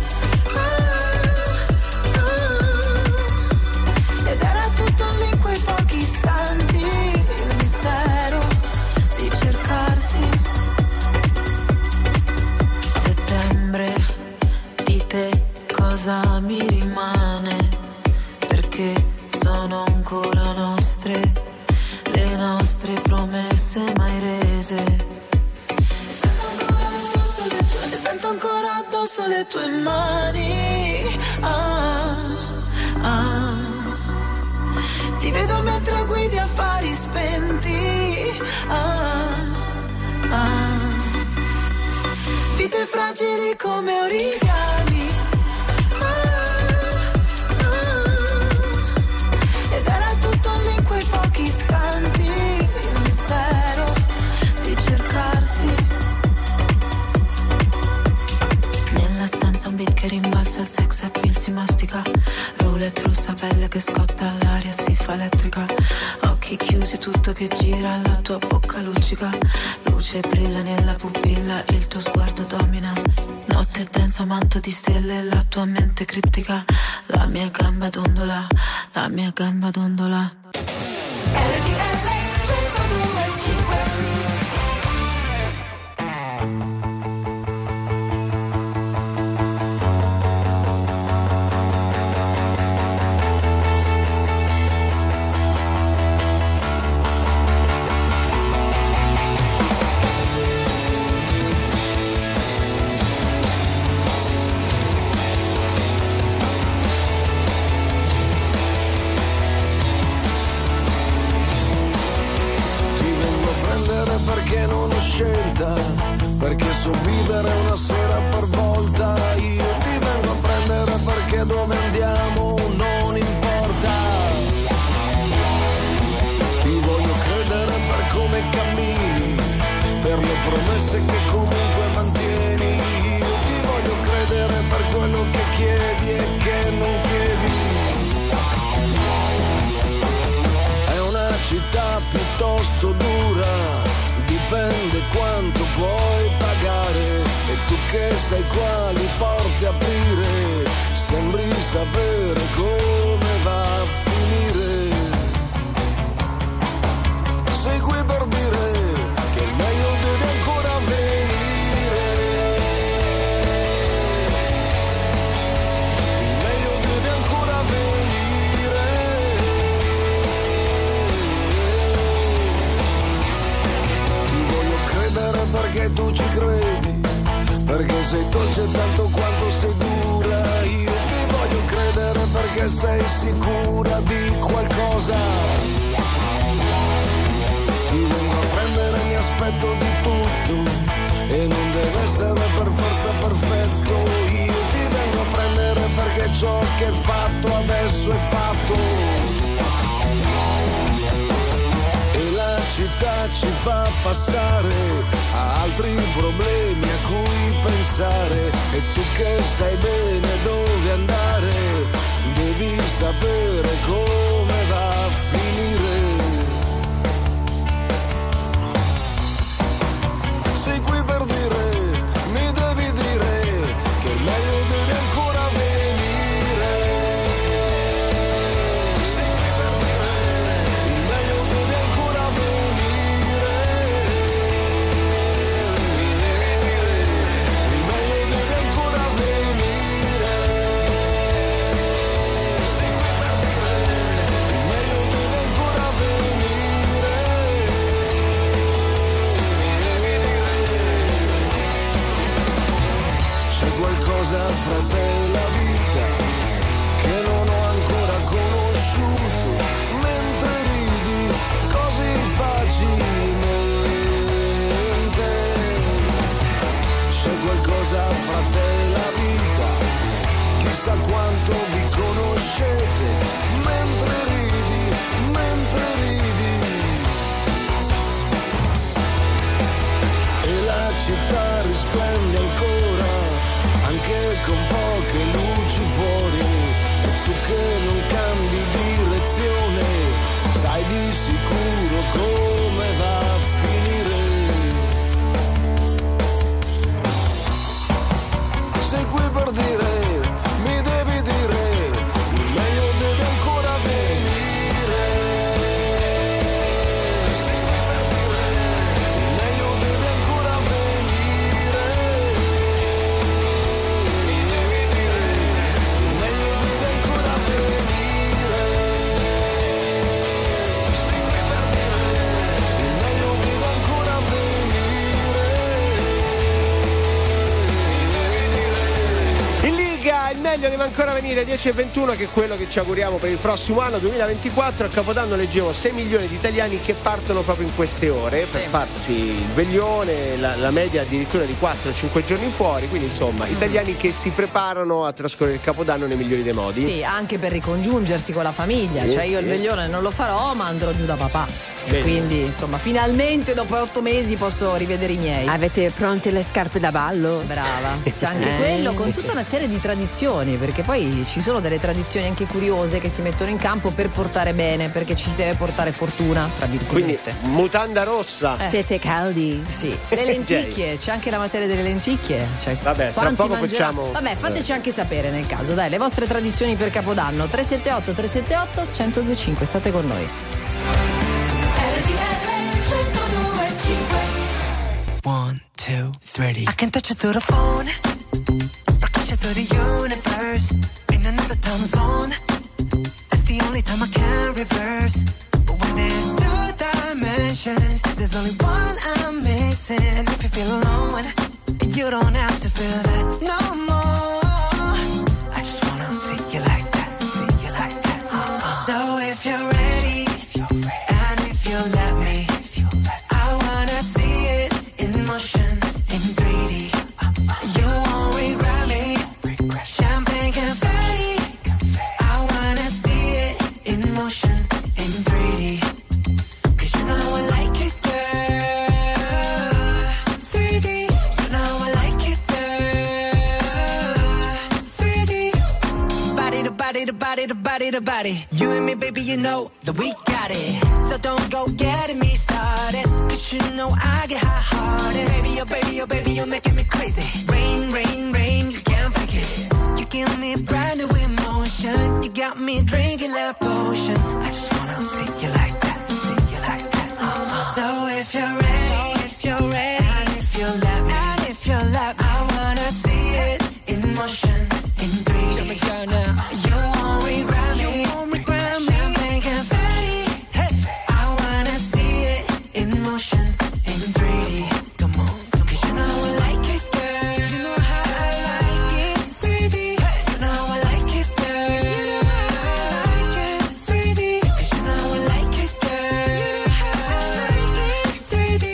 Ah, ah. Ed era tutto lì in quei pochi istanti, il mistero di cercarsi. Settembre, di te cosa mi rimane? Perché sono ancora nostre le nostre promesse mai rese. E sento ancora addosso le tue mani. Ah, ah. Ti vedo mentre guidi affari spenti. Ah, ah. Vite fragili come origami. Ah, ah. Ed era tutto lì in quei pochi istanti, il mistero di cercarsi. Nella stanza un beat che rimbalza, il sex appeal si mastica. Roulette rossa, pelle che scotta, l'aria si fa elettrica. Occhi chiusi, tutto che gira, la tua bocca luccica. Luce brilla nella pupilla, il tuo sguardo domina. Notte densa, manto di stelle, la tua mente criptica. La mia gamba dondola, la mia gamba dondola. Perché non ho scelta, perché so vivere una sera per volta. Io ti vengo a prendere perché dove andiamo non importa. Ti voglio credere per come cammini, per le promesse che comunque mantieni. Io ti voglio credere per quello che chiedi e che non chiedi. È una città piuttosto dura, dipende quanto puoi pagare, e tu che sai quali porte aprire, sembri sapere come va a finire. Sei qui per dire che il meglio deve ancora venire, il meglio deve ancora venire. Ti voglio credere perché tu ci credi, perché sei dolce tanto quanto sei dura. Io ti voglio credere perché sei sicura di qualcosa. Ti vengo a prendere, mi aspetto di tutto, e non deve essere per forza perfetto. Io ti vengo a prendere perché ciò che è fatto adesso è fatto. E la città ci fa passare a altri problemi a cui pensare, e tu che sai bene dove andare devi sapere come va a finire. Sei qui per dire, mi devi dire che il meglio deve ancora venire. Sei qui per dire, il meglio deve ancora venire. Il meglio deve ancora venire. Sei qui per dire, il meglio deve ancora venire. C'è qualcosa fra te e la vita che non ho ancora conosciuto, mentre ridi così facilmente. C'è qualcosa fra te e la vita, chissà quanto vi conoscete, mentre ridi, mentre ridi. E la città risplende ancora, anche con poche luci fuori, e tu che non cambi direzione, sai di sicuro come va a finire. Sei qui per dire, mi devi dire, il meglio deve ancora venire. Sei qui per dire, il meglio deve ancora venire. Il meglio deve ancora venire, dieci e ventuno, che è quello che ci auguriamo per il prossimo anno duemilaventiquattro. A Capodanno leggevo sei milioni di italiani che partono proprio in queste ore per sì. farsi il veglione, la, la media addirittura di quattro cinque giorni fuori, quindi insomma mm. italiani che si preparano a trascorrere il Capodanno nei migliori dei modi. Sì, anche per ricongiungersi con la famiglia, sì, cioè io sì. il veglione non lo farò, ma andrò giù da papà. Bene. Quindi insomma finalmente dopo otto mesi posso rivedere i miei. Avete pronte le scarpe da ballo? Brava, c'è anche eh. quello, con tutta una serie di tradizioni, perché poi ci sono delle tradizioni anche curiose che si mettono in campo per portare bene, perché ci si deve portare fortuna, tra virgolette. Quindi mutanda rossa. Eh. Siete caldi? Sì. Le lenticchie, c'è anche la materia delle lenticchie. Cioè, vabbè, tra poco mangerà? facciamo. Vabbè, fateci anche sapere nel caso, dai, le vostre tradizioni per Capodanno. Tre sette otto tre sette otto uno zero due cinque, state con noi. One, two, three. I can touch it through the phone, rock it through the universe, in another time zone. That's the only time I can reverse. But when there's two dimensions, there's only one I'm missing. If you feel alone, you don't have to feel that no more. I just wanna see you like that, see you like that. Uh-uh. So if you're ready, if you're ready, and if you let me, I wanna see it in motion, in three D. You won't regret me. Champagne confetti. I wanna see it in motion, in three D. Cause you know I like it, girl. three D. You know I like it, girl. three D. Body to body to body to body to body. You and me, baby, you know that we got it. So don't go getting me started. Cause you know I get hot-hearted. Baby, oh baby, oh baby, you're making me crazy. Rain, rain, rain, you can't fake it. You give me brand new emotion. You got me drinking that potion. I just wanna see you like that, see you like that. Uh-uh. So if you're ready, if you're ready, and if you let me, and if you let me, I wanna see it in motion, in three D. Show me girl now. You won't regret me. You won't regret me. Champagne confetti. Hey, I wanna see it in motion, in three D. Come on, come on. Cause you know I like it, girl. You know how I like it, three D. You know I like it, girl. You know how I like it, three D. Cause you know I like it, girl. You know how I like it, three D.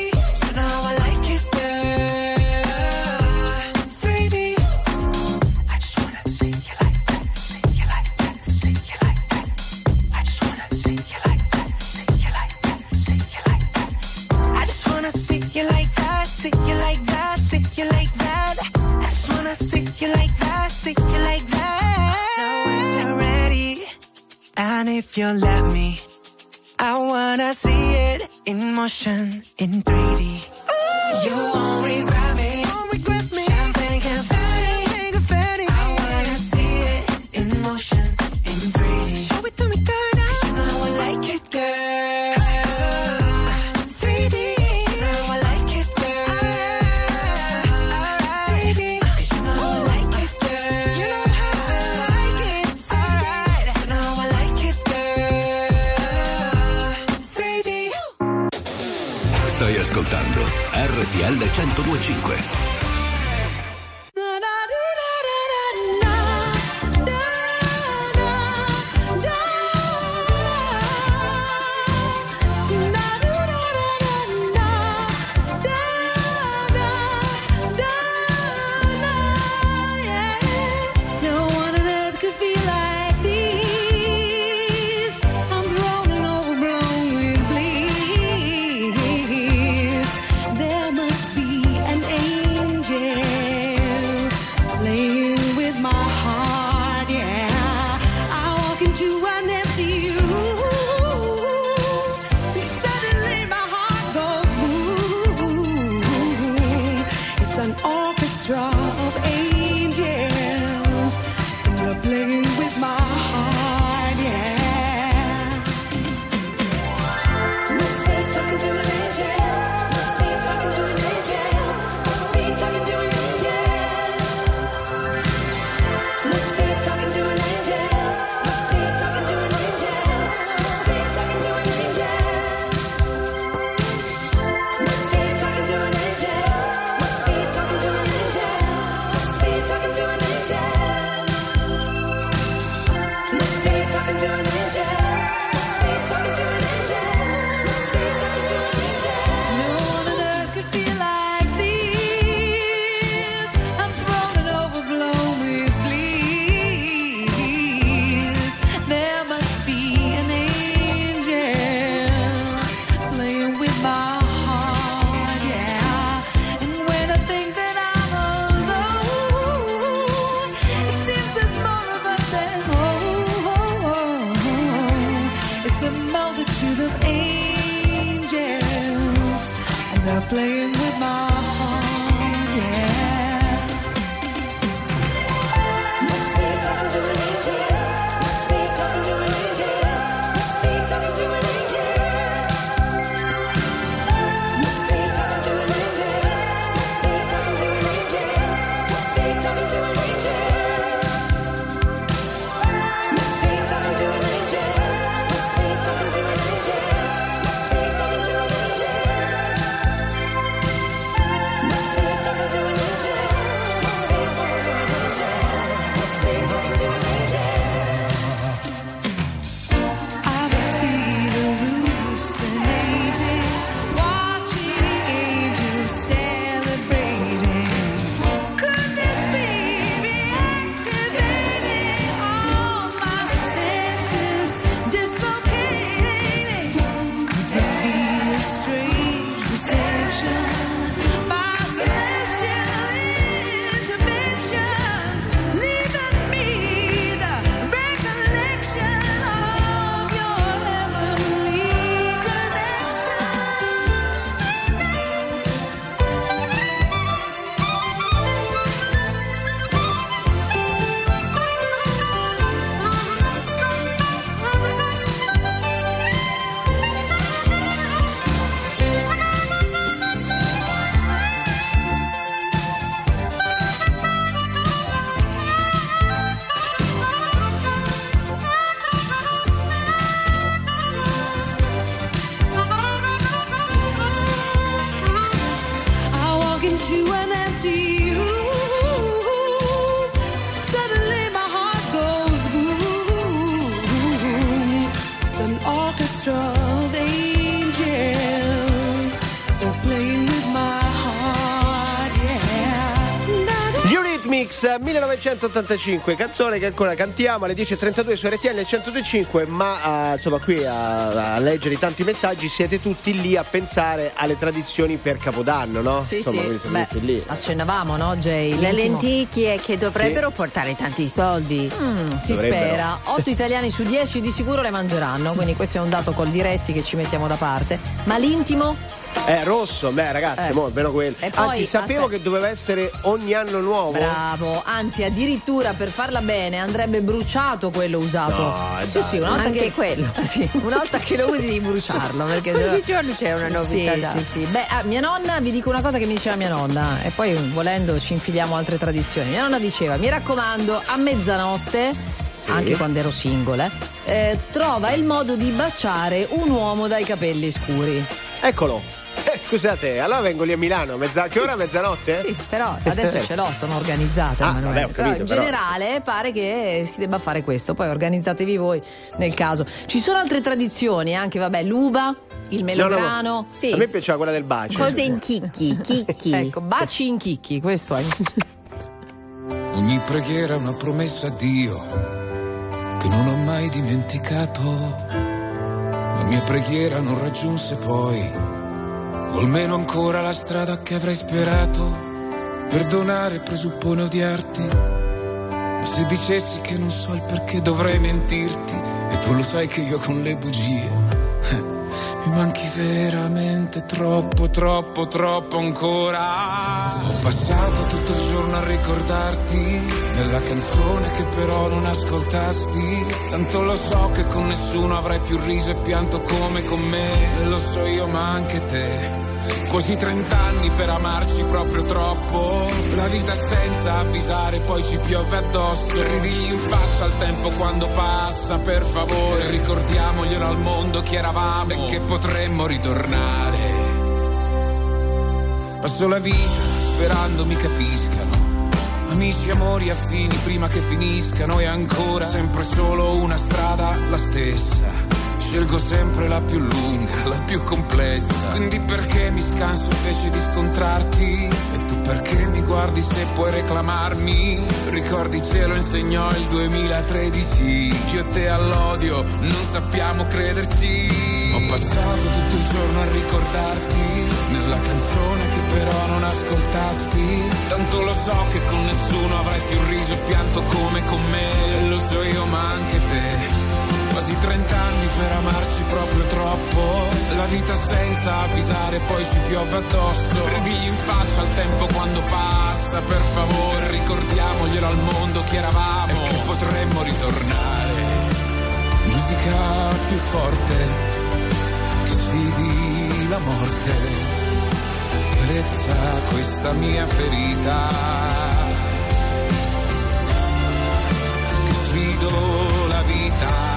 if you'll let me, I wanna see it in motion in three D. Ooh, you won't regret me. Won't regret me. Champagne confetti, confetti. I wanna see it in motion in three D. Show it to me, girl. 'Cause you know I like it, girl. three D. You know I like it, girl. three D. 'Cause you know I like it, girl. You know how I like it. Alright. You know I like it, girl. three D. Stai ascoltando R T L centodue e cinque. Playing with my heart, yeah. Must be talking to an angel. Must be talking to an angel. Must be talking to an angel. Must be talking to an angel. Must be talking to an angel. Must be talking to an angel. Must be talking to an angel. Must be talking to an angel. Must be talking to an angel. Mix millenovecentottantacinque, canzone che ancora cantiamo alle dieci e trentadue su R T L centodue e cinque, ma uh, insomma qui a, a leggere i tanti messaggi siete tutti lì a pensare alle tradizioni per Capodanno, no? Sì, insomma, sì, beh, lì. accennavamo, no Jay? Le L'ultimo. lenticchie che dovrebbero Sì. portare tanti soldi. Mm, si Dovrebbero. spera. otto italiani su dieci di sicuro le mangeranno, quindi questo è un dato col diretti che ci mettiamo da parte. Ma l'intimo? Eh, rosso, beh ragazzi, Eh. mo, almeno quello. E poi, Anzi, sapevo aspetta. che doveva essere ogni anno nuovo. Bravo, anzi addirittura per farla bene andrebbe bruciato quello usato. No, sì, dai. sì, una volta Anche che quello. sì, una volta che lo usi devi bruciarlo perché Ogni giorno c'è una novità. Sì, da- sì, sì. Beh, ah, mia nonna, vi dico una cosa che mi diceva mia nonna e poi volendo ci infiliamo altre tradizioni. Mia nonna diceva: "Mi raccomando, a mezzanotte, anche quando ero single, eh, trova il modo di baciare un uomo dai capelli scuri". Eccolo. Eh, scusate, allora vengo lì a Milano, mezza... che ora mezzanotte? Sì, però adesso ce l'ho, sono organizzata. Ah, Emanuele. vabbè, ho capito, però in però. generale pare che si debba fare questo, poi organizzatevi voi nel caso. Ci sono altre tradizioni, anche vabbè, l'uva, il melograno. No, no, no. Sì. A me piaceva quella del bacio. Cose in chicchi, chicchi. Ecco, baci in chicchi, questo è. Ogni preghiera è una promessa a Dio che non ho mai dimenticato. La mia preghiera non raggiunse poi, o almeno ancora la strada che avrei sperato. Perdonare presuppone odiarti, ma se dicessi che non so il perché dovrei mentirti, e tu lo sai che io con le bugie mi manchi veramente troppo, troppo, troppo ancora. Ho passato tutto il giorno a ricordarti nella canzone che però non ascoltasti. Tanto lo so che con nessuno avrai più riso e pianto come con me. E lo so io ma anche te. Quasi trent'anni per amarci proprio troppo. La vita senza avvisare, poi ci piove addosso. Ridigli in faccia al tempo quando passa, per favore. Ricordiamoglielo al mondo chi eravamo e che potremmo ritornare. Passo la vita sperando mi capiscano, amici, amori, affini prima che finiscano. E ancora sempre solo una strada, la stessa. Scelgo sempre la più lunga, la più complessa. Quindi perché mi scanso invece di scontrarti? E tu perché mi guardi se puoi reclamarmi? Ricordi ce lo insegnò il duemilatredici. Io e te all'odio non sappiamo crederci. Ho passato tutto il giorno a ricordarti nella canzone che però non ascoltasti. Tanto lo so che con nessuno avrai più riso e pianto come con me. Lo so io ma anche te. Quasi trent'anni per amarci proprio troppo. La vita senza avvisare, poi ci piove addosso. Ridigli in faccia al tempo quando passa, per favore. Ricordiamoglielo al mondo chi eravamo e che potremmo ritornare. Musica più forte che sfidi la morte. Carezza questa mia ferita. Che sfido la vita.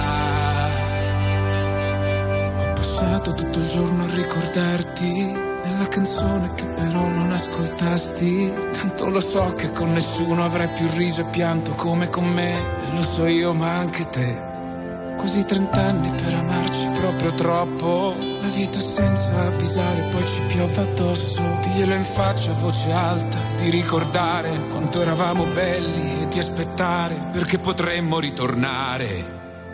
Ho passato tutto il giorno a ricordarti nella canzone che però non ascoltasti. Tanto lo so che con nessuno avrai più riso e pianto come con me. E lo so io ma anche te. Quasi trent'anni per amarci proprio troppo. La vita senza avvisare, poi ci piove addosso. Diglielo in faccia a voce alta, di ricordare quanto eravamo belli e di aspettare perché potremmo ritornare.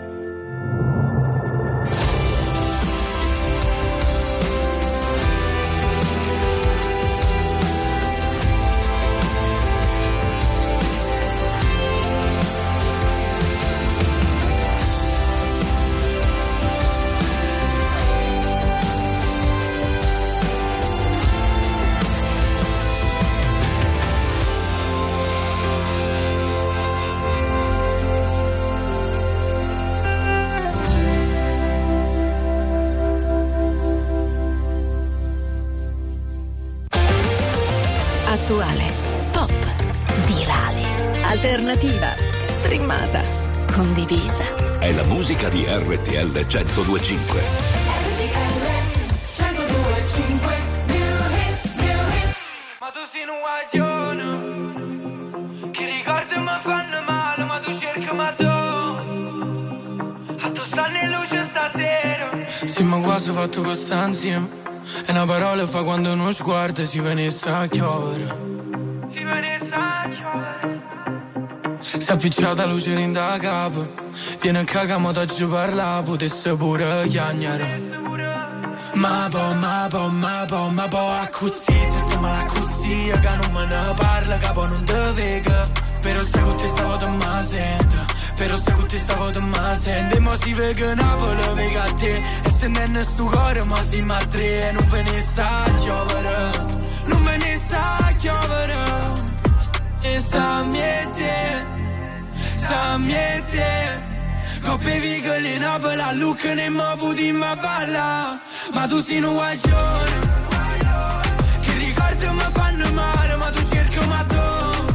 Attuale, pop, virale, alternativa, streamata, condivisa. È la musica di R T L centodue e cinque. Ma tu sei un guaglione che ricordi mi fanno male, ma tu cerchi ma tu a tu stanno in luce stasera. Sì, ma quasi fatto quest'ansia. E una parola fa quando uno sguardo si venisse a chiovere. Si è appicciata luce in da capo, viene a cagamo da giù parla, potesse pure chiagnare. Ma po, ma po, ma po, ma po, a così, se sto male così, che non me ne parla, capo non te vega. Però se con te stavo te ma sento, però se con te stavo te ma sento. E mo si vega Napoli, vega a te, e se non è sto cuore, ma si ma tre, e non ve ne sa giovere, non ve ne sa giovere. E sta miete, sta miete, coppe vigole Napoli, a Lucca ne mo puti ma balla. Ma tu sei un guaglione, che ricordi mi fanno male, ma tu cerchi ma tu.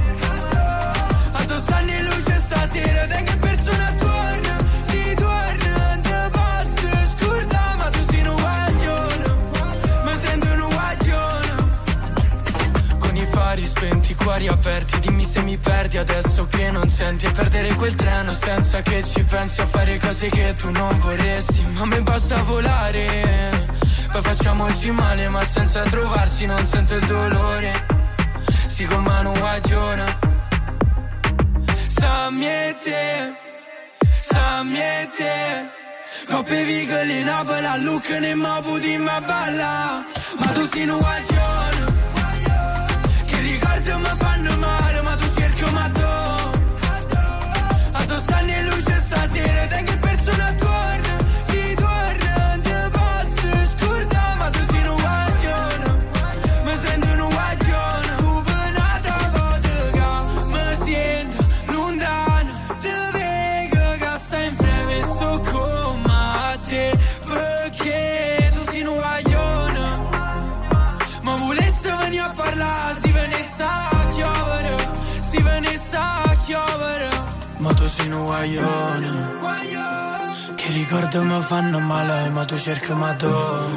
A tu stanno luce stasera, te che persona torna, si torna, te posso scordare, ma tu sei un guaglione, mi sento un guaglione. Con i fari spenti, cuori aperti, dimmi se mi perdi adesso che non senti, e perdere quel treno senza che ci pensi a fare cose che tu non vorresti. Ma a me basta volare, poi facciamoci male, ma senza trovarsi non sento il dolore. Si con mano guagiona. Sta miete, sta miete, coppe vigole Napoli, a Lucca ne mo puti ma balla. Ma tu sei un guagione, che ricordi mi fanno male, ma tu cerchi ma tu. A tu stanno in luce stasera, te che persona torna, si torna, te posso scordare, ma tu sei un guaglione, mi sento un guaglione. Tu penata vodka, mi sento lontano, te vedo che stai in breve, so come te, perché tu sei un guaglione. Ma volesse venire a parlare, si venisse a chiovere, si venisse a chiovere. Ma tu sei un guaglione, che ricordo mi fanno male, ma tu cerchi ma tu.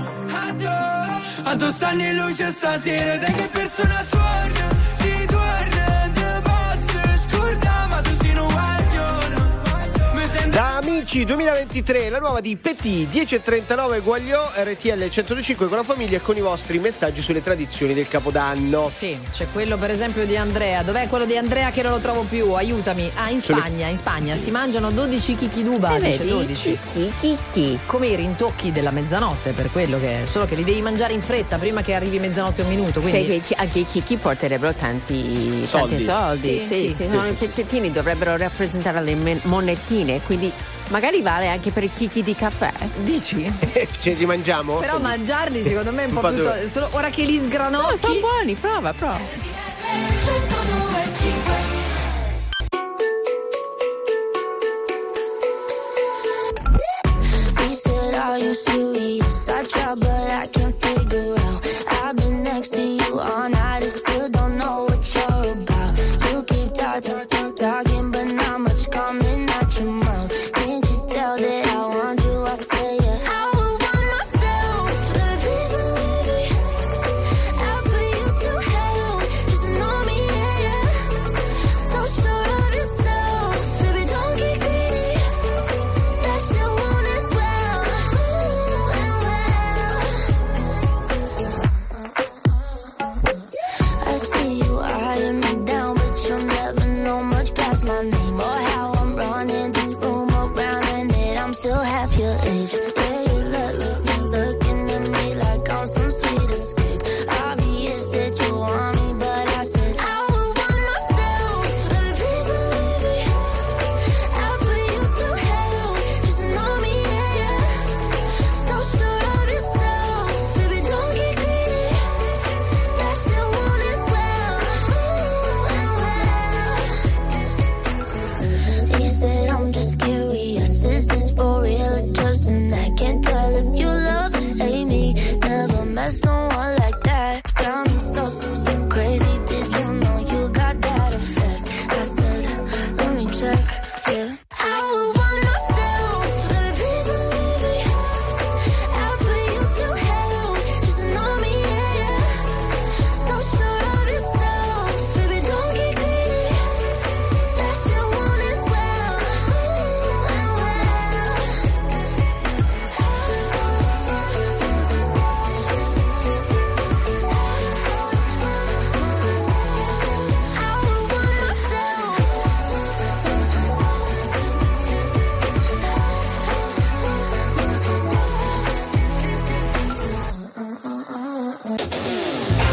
A tu stanno in luce stasera, te che persona torna, si torna, te posso scordare, ma tu sei un guaglione. Da Amici duemilaventitré, la nuova di Petit, dieci e trentanove Guagliò, R T L centodue e cinque con la famiglia e con i vostri messaggi sulle tradizioni del Capodanno. Sì, c'è quello per esempio di Andrea. Dov'è quello di Andrea che non lo trovo più? Aiutami. Ah, in Spagna, in Spagna si mangiano dodici chichiduba, Eh, dice vedi? dodici. Chicchi. Come i rintocchi della mezzanotte, per quello che solo che li devi mangiare in fretta prima che arrivi mezzanotte e un minuto. Quindi Perché anche i chicchi porterebbero tanti Soldi. tanti soldi. Sì, Sì, sì, sì, sì, sono sì, i sì. pezzettini, dovrebbero rappresentare le men- monettine, quindi magari vale anche per i chicchi di caffè. Dici? Ce li mangiamo? però mangiarli secondo me è un po' Un po' più duro. to- solo ora che li sgranocchi. No, sono buoni, prova, prova. He said, are you serious? I tried, but I can't figure out. I've been next to you all night and still don't know what you're about. You keep talking, talking, but not much coming out your mouth. Can't you tell that I want you? I say yeah. I would want myself. Let me please believe it. I'll put you through hell just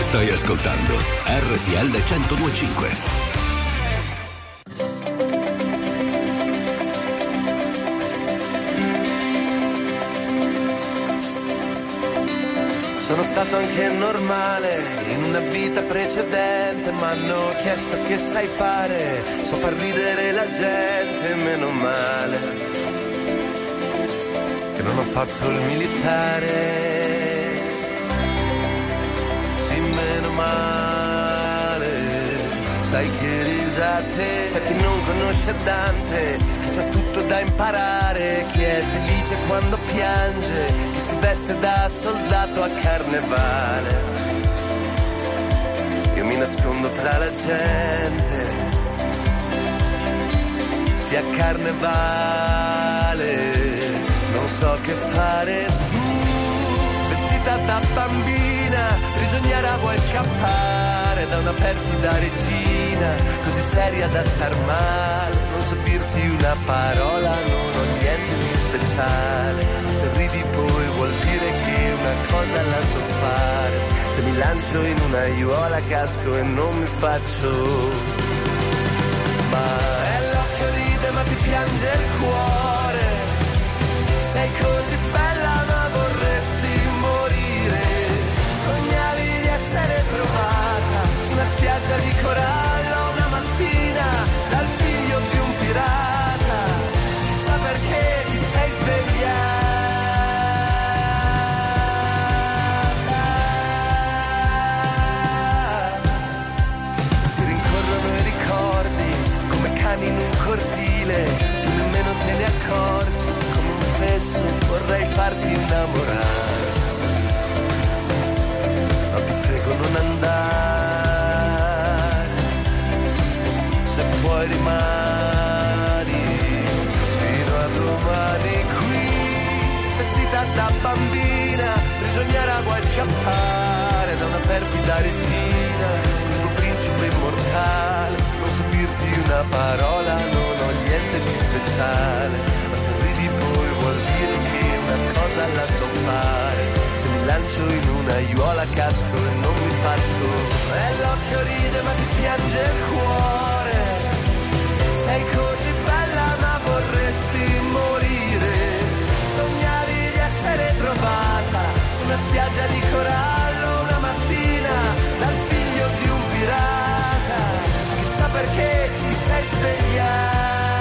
Stai ascoltando R T L centodue e cinque. Sono stato anche normale in una vita precedente, ma hanno chiesto che sai fare, so far ridere la gente, meno male che non ho fatto il militare, sì meno male, sai che risate, c'è chi non conosce Dante, che c'ha tutto da imparare, chi è felice quando piange, chi si veste da soldato a carnevale. Io mi nascondo tra la gente, sia carnevale, non so che fare. Tu, vestita da bambina, prigioniera vuoi scappare da una perfida regina, così seria da star male, non so dirti una parola, non ho niente di speciale, se ridi poi vuol dire che una cosa la so fare, se mi lancio in una aiuola casco e non mi faccio, ma è l'occhio ride ma ti piange il cuore, sei così bella ma vorresti morire, sognavi di essere trovata su una spiaggia di corallo una mattina dal figlio di un pirata, chissà perché ti sei svegliata. Si rincorrono i ricordi come cani in un cortile, tu nemmeno te ne accorgi, come un fesso vorrei farti innamorare, ma ti prego non andare, se puoi rimani fino a domani qui, vestita da bambina, prigioniera vuoi scappare da una perfida regina, il tuo principe immortale, non so dirti una parola, non ho niente di speciale, ma se ridi poi vuol dire che una cosa la so fare, se mi lancio in una aiuola casco e non mi faccio, e l'occhio ride ma ti piange il cuore, sei così bella ma vorresti morire, sognavi di essere trovata su una spiaggia di corallo una mattina dal figlio di un pirata, chissà perché ti sei svegliata.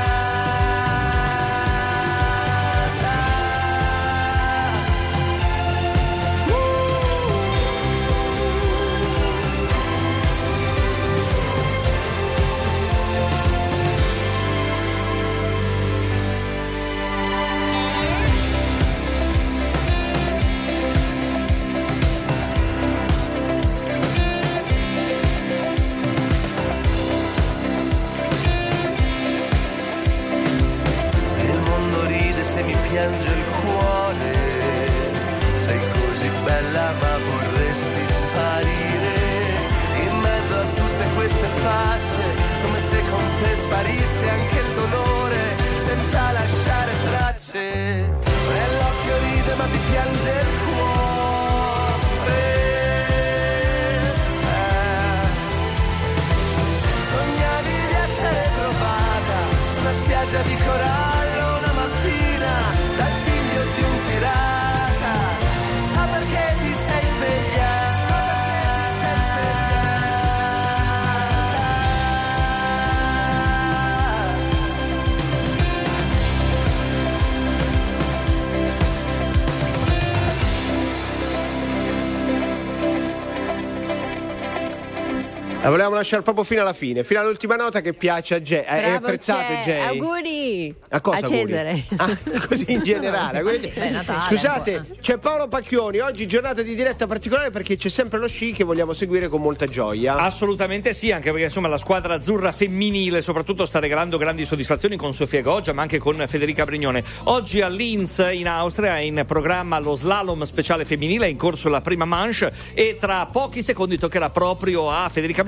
Mi piange il cuore, sei così bella ma vorresti sparire in mezzo a tutte queste facce, come se con te sparisse anche il dolore senza lasciare tracce, e l'occhio ride ma ti piange il cuore, eh. Sognavi di essere trovata su una spiaggia di corallo una mattina dal figlio di un pirata, sa perché ti sei svegliata, sa perché ti sei La volevamo lasciare proprio fino alla fine, fino all'ultima nota che piace a Jay. Hai apprezzato Jay? Auguri a, cosa, a Cesare. Ah, così in generale. No, sì, è Natale, scusate, c'è Paolo Pacchioni. Oggi giornata di diretta particolare perché c'è sempre lo sci che vogliamo seguire con molta gioia. Assolutamente sì, anche perché insomma la squadra azzurra femminile soprattutto sta regalando grandi soddisfazioni con Sofia Goggia ma anche con Federica Brignone. Oggi a Linz in Austria è in programma lo slalom speciale femminile, è in corso la prima manche e tra pochi secondi toccherà proprio a Federica Brignone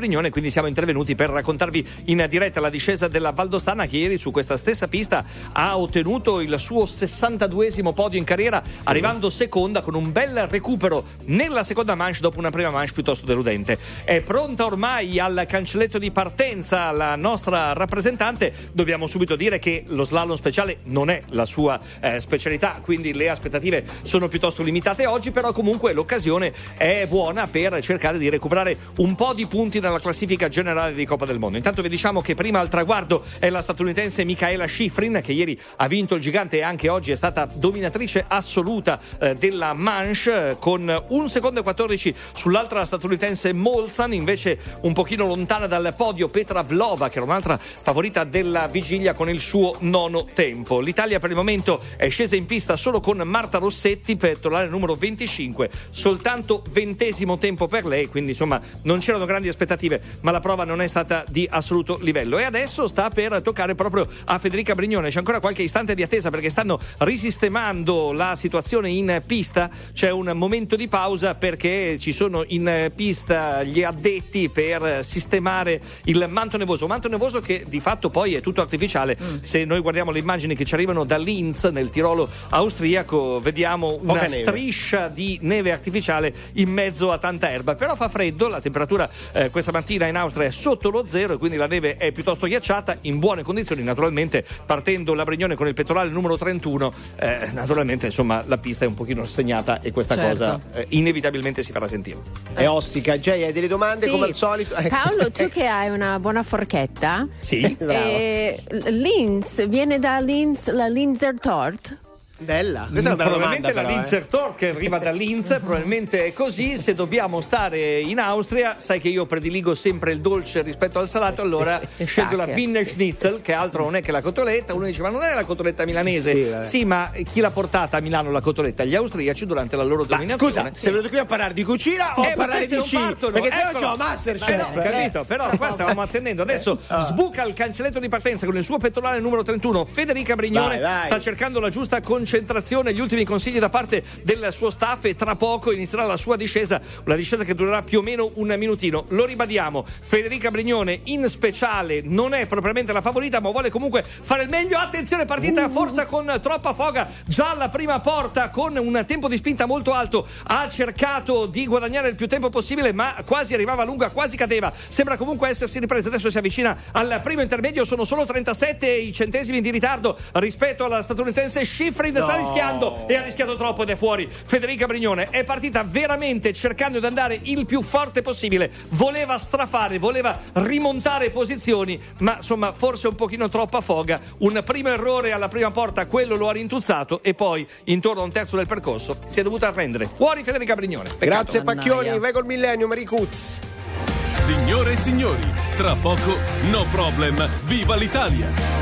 Brignone, quindi siamo intervenuti per raccontarvi in diretta la discesa della Valdostana, che ieri su questa stessa pista ha ottenuto il suo sessantaduesimo podio in carriera, arrivando seconda con un bel recupero nella seconda manche dopo una prima manche piuttosto deludente. È pronta ormai al cancelletto di partenza la nostra rappresentante. Dobbiamo subito dire che lo slalom speciale non è la sua eh, specialità, quindi le aspettative sono piuttosto limitate oggi, però comunque l'occasione è buona per cercare di recuperare un po' di punti nella classifica generale di Coppa del Mondo. Intanto vi diciamo che prima al traguardo è la statunitense Mikaela Shiffrin, che ieri ha vinto il gigante e anche oggi è stata dominatrice assoluta eh, della manche, con un secondo e quattordici sull'altra la statunitense Molzan. Invece un pochino lontana dal podio Petra Vlova, che era un'altra favorita della vigilia, con il suo nono tempo. L'Italia per il momento è scesa in pista solo con Marta Rossetti, pettorale numero venticinque, soltanto ventesimo tempo per lei, quindi insomma non c'erano grandi aspettative, ma la prova non è stata di assoluto livello. E adesso sta per toccare proprio a Federica Brignone. C'è ancora qualche istante di attesa perché stanno risistemando la situazione in pista. C'è un momento di pausa perché ci sono in pista gli addetti per sistemare il manto nevoso, manto nevoso che di fatto poi è tutto artificiale. Mm. Se noi guardiamo le immagini che ci arrivano da Linz nel Tirolo austriaco, vediamo una Poca striscia neve. di neve artificiale in mezzo a tanta erba, però fa freddo, la temperatura eh, questa mattina in Austria è sotto lo zero e quindi la neve è piuttosto ghiacciata, in buone condizioni. Naturalmente partendo la Brignone con il pettorale numero trentuno, eh, naturalmente insomma la pista è un pochino segnata e questa Certo. cosa eh, inevitabilmente si farà sentire. È ostica. Jay, hai delle domande Sì. come al solito? Paolo, tu che hai una buona forchetta, Sì, eh, Linz, viene da Linz, la Linzer Tort? Bella. Questa è una bella probabilmente domanda, la però, Linzer Tor che arriva da Linz, probabilmente è così. Se dobbiamo stare in Austria, sai che io prediligo sempre il dolce rispetto al salato, allora scelgo la Wiener Schnitzel, che altro non è che la cotoletta. Uno dice ma non è la cotoletta milanese? Sì, Sì, ma chi l'ha portata a Milano la cotoletta? Gli austriaci durante la loro Ma dominazione. scusa, sei venuto qui a parlare di cucina o Eh, a ma parlare di questi non sci? partono, Perché se no eccolo. c'ho Masterchef. Eh, no, capito, però qua stavamo attendendo. Adesso sbuca il cancelletto di partenza con il suo pettorale numero trentuno. Federica Brignone Vai, vai. sta cercando la giusta concentrazione, gli ultimi consigli da parte del suo staff, e tra poco inizierà la sua discesa, una discesa che durerà più o meno un minutino. Lo ribadiamo, Federica Brignone in speciale non è propriamente la favorita, ma vuole comunque fare il meglio. Attenzione, partita forza con troppa foga già alla prima porta, con un tempo di spinta molto alto. Ha cercato di guadagnare il più tempo possibile, ma quasi arrivava lunga, quasi cadeva. Sembra comunque essersi ripresa. Adesso si avvicina al primo intermedio, sono solo trentasette i centesimi di ritardo rispetto alla statunitense Shiffrin. No. Sta rischiando e ha rischiato troppo ed è fuori. Federica Brignone è partita veramente cercando di andare il più forte possibile, voleva strafare, voleva rimontare posizioni, ma insomma forse un pochino troppa foga. Un primo errore alla prima porta, quello lo ha rintuzzato, e poi intorno a un terzo del percorso si è dovuta arrendere. Fuori Federica Brignone. Peccato. Grazie Pacchioni, Mannaia. vai col Millennium, Ricuz. Signore e signori, tra poco No Problem, viva l'Italia!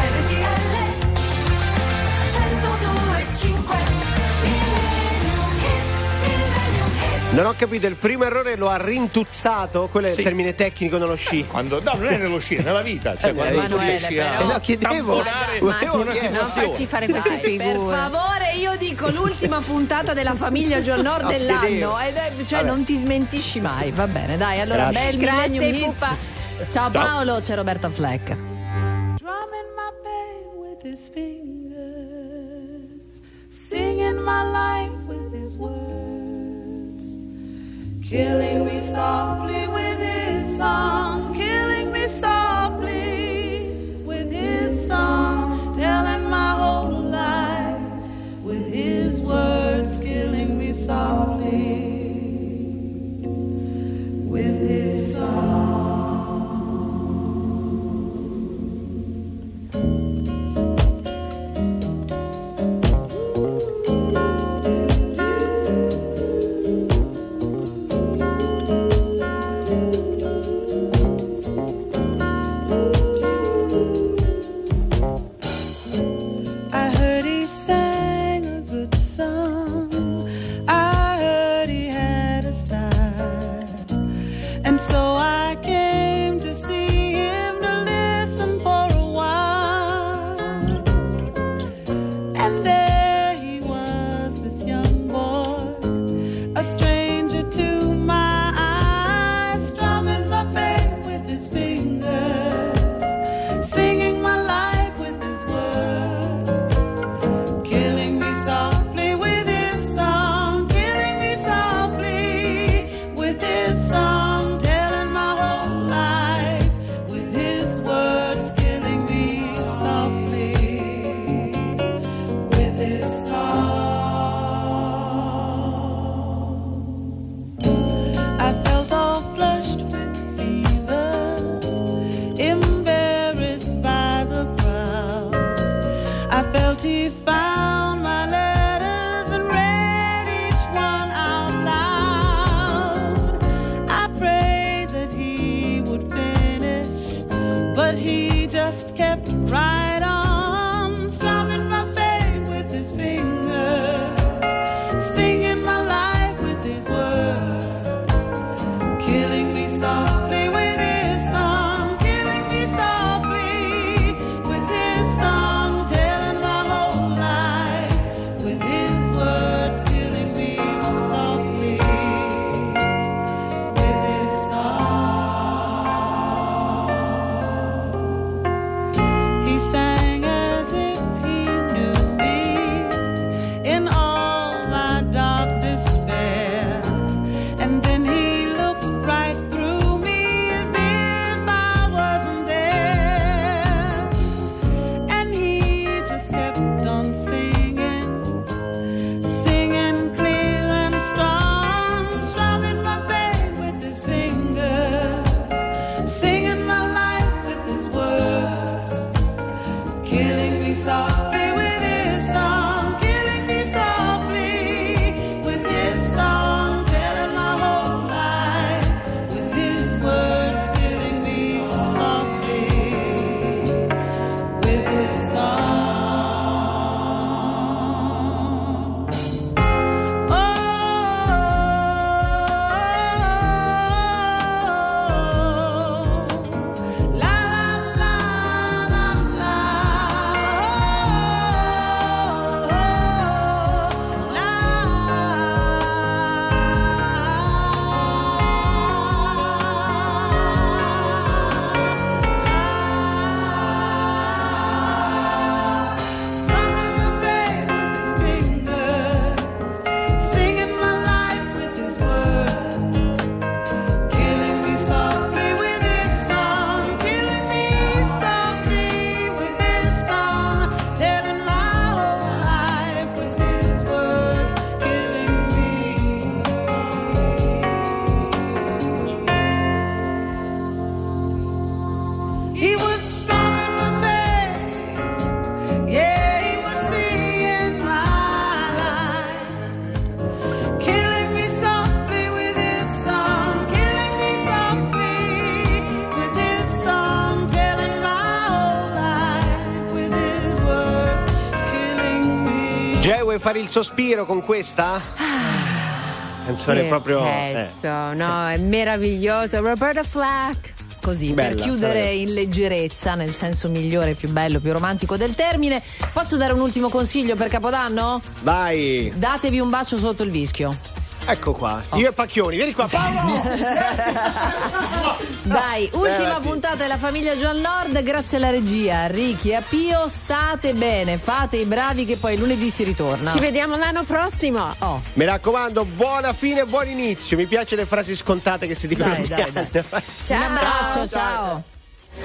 Non ho capito, il primo errore lo ha rintuzzato? Quello è il Sì. termine tecnico nello sci. Quando, no, non è nello sci, è nella vita. Cioè, Eh, quando tu Emanuele, riesci a però. Eh, no, chiedevo. tamponare Ma- una ma- situazione. Non farci fare queste Per figure. favore, io dico l'ultima puntata della famiglia Giorno No, dell'anno. chiedevo. Ed è- cioè, Vabbè. non ti smentisci mai. Va bene, dai. Allora, Grazie. bel Grazie, Millennium pupa. Hits. Ciao Paolo, c'è Roberta Fleck. Drumming my pain with his fingers, singing my life with his words, killing me softly with his song, killing me softly with his song, telling my whole life with his words, killing me softly with his song. I heard he sang a good song. I heard he had a style. And so I came to see him to listen for a while. And there he was, this young boy, a stranger to my eyes, strumming my bass fare il sospiro con questa? Canzone Che proprio pezzo, eh, no, è meraviglioso. Roberta Flack. Così, Bella, per chiudere bella. in leggerezza, nel senso migliore, più bello, più romantico del termine. Posso dare un ultimo consiglio per Capodanno? Vai. Datevi un bacio sotto il vischio. Ecco qua, io e Pacchioni, vieni qua Paolo. Dai, ultima Levati. puntata della famiglia John Nord, grazie alla regia, Ricky e a Pio, state bene, fate i bravi che poi lunedì si ritorna. Ci vediamo l'anno prossimo. Oh. Mi raccomando, buona fine e buon inizio. Mi piacciono le frasi scontate che si dicono. Dai, dai, dai. Ciao. Un abbraccio, Ciao. ciao.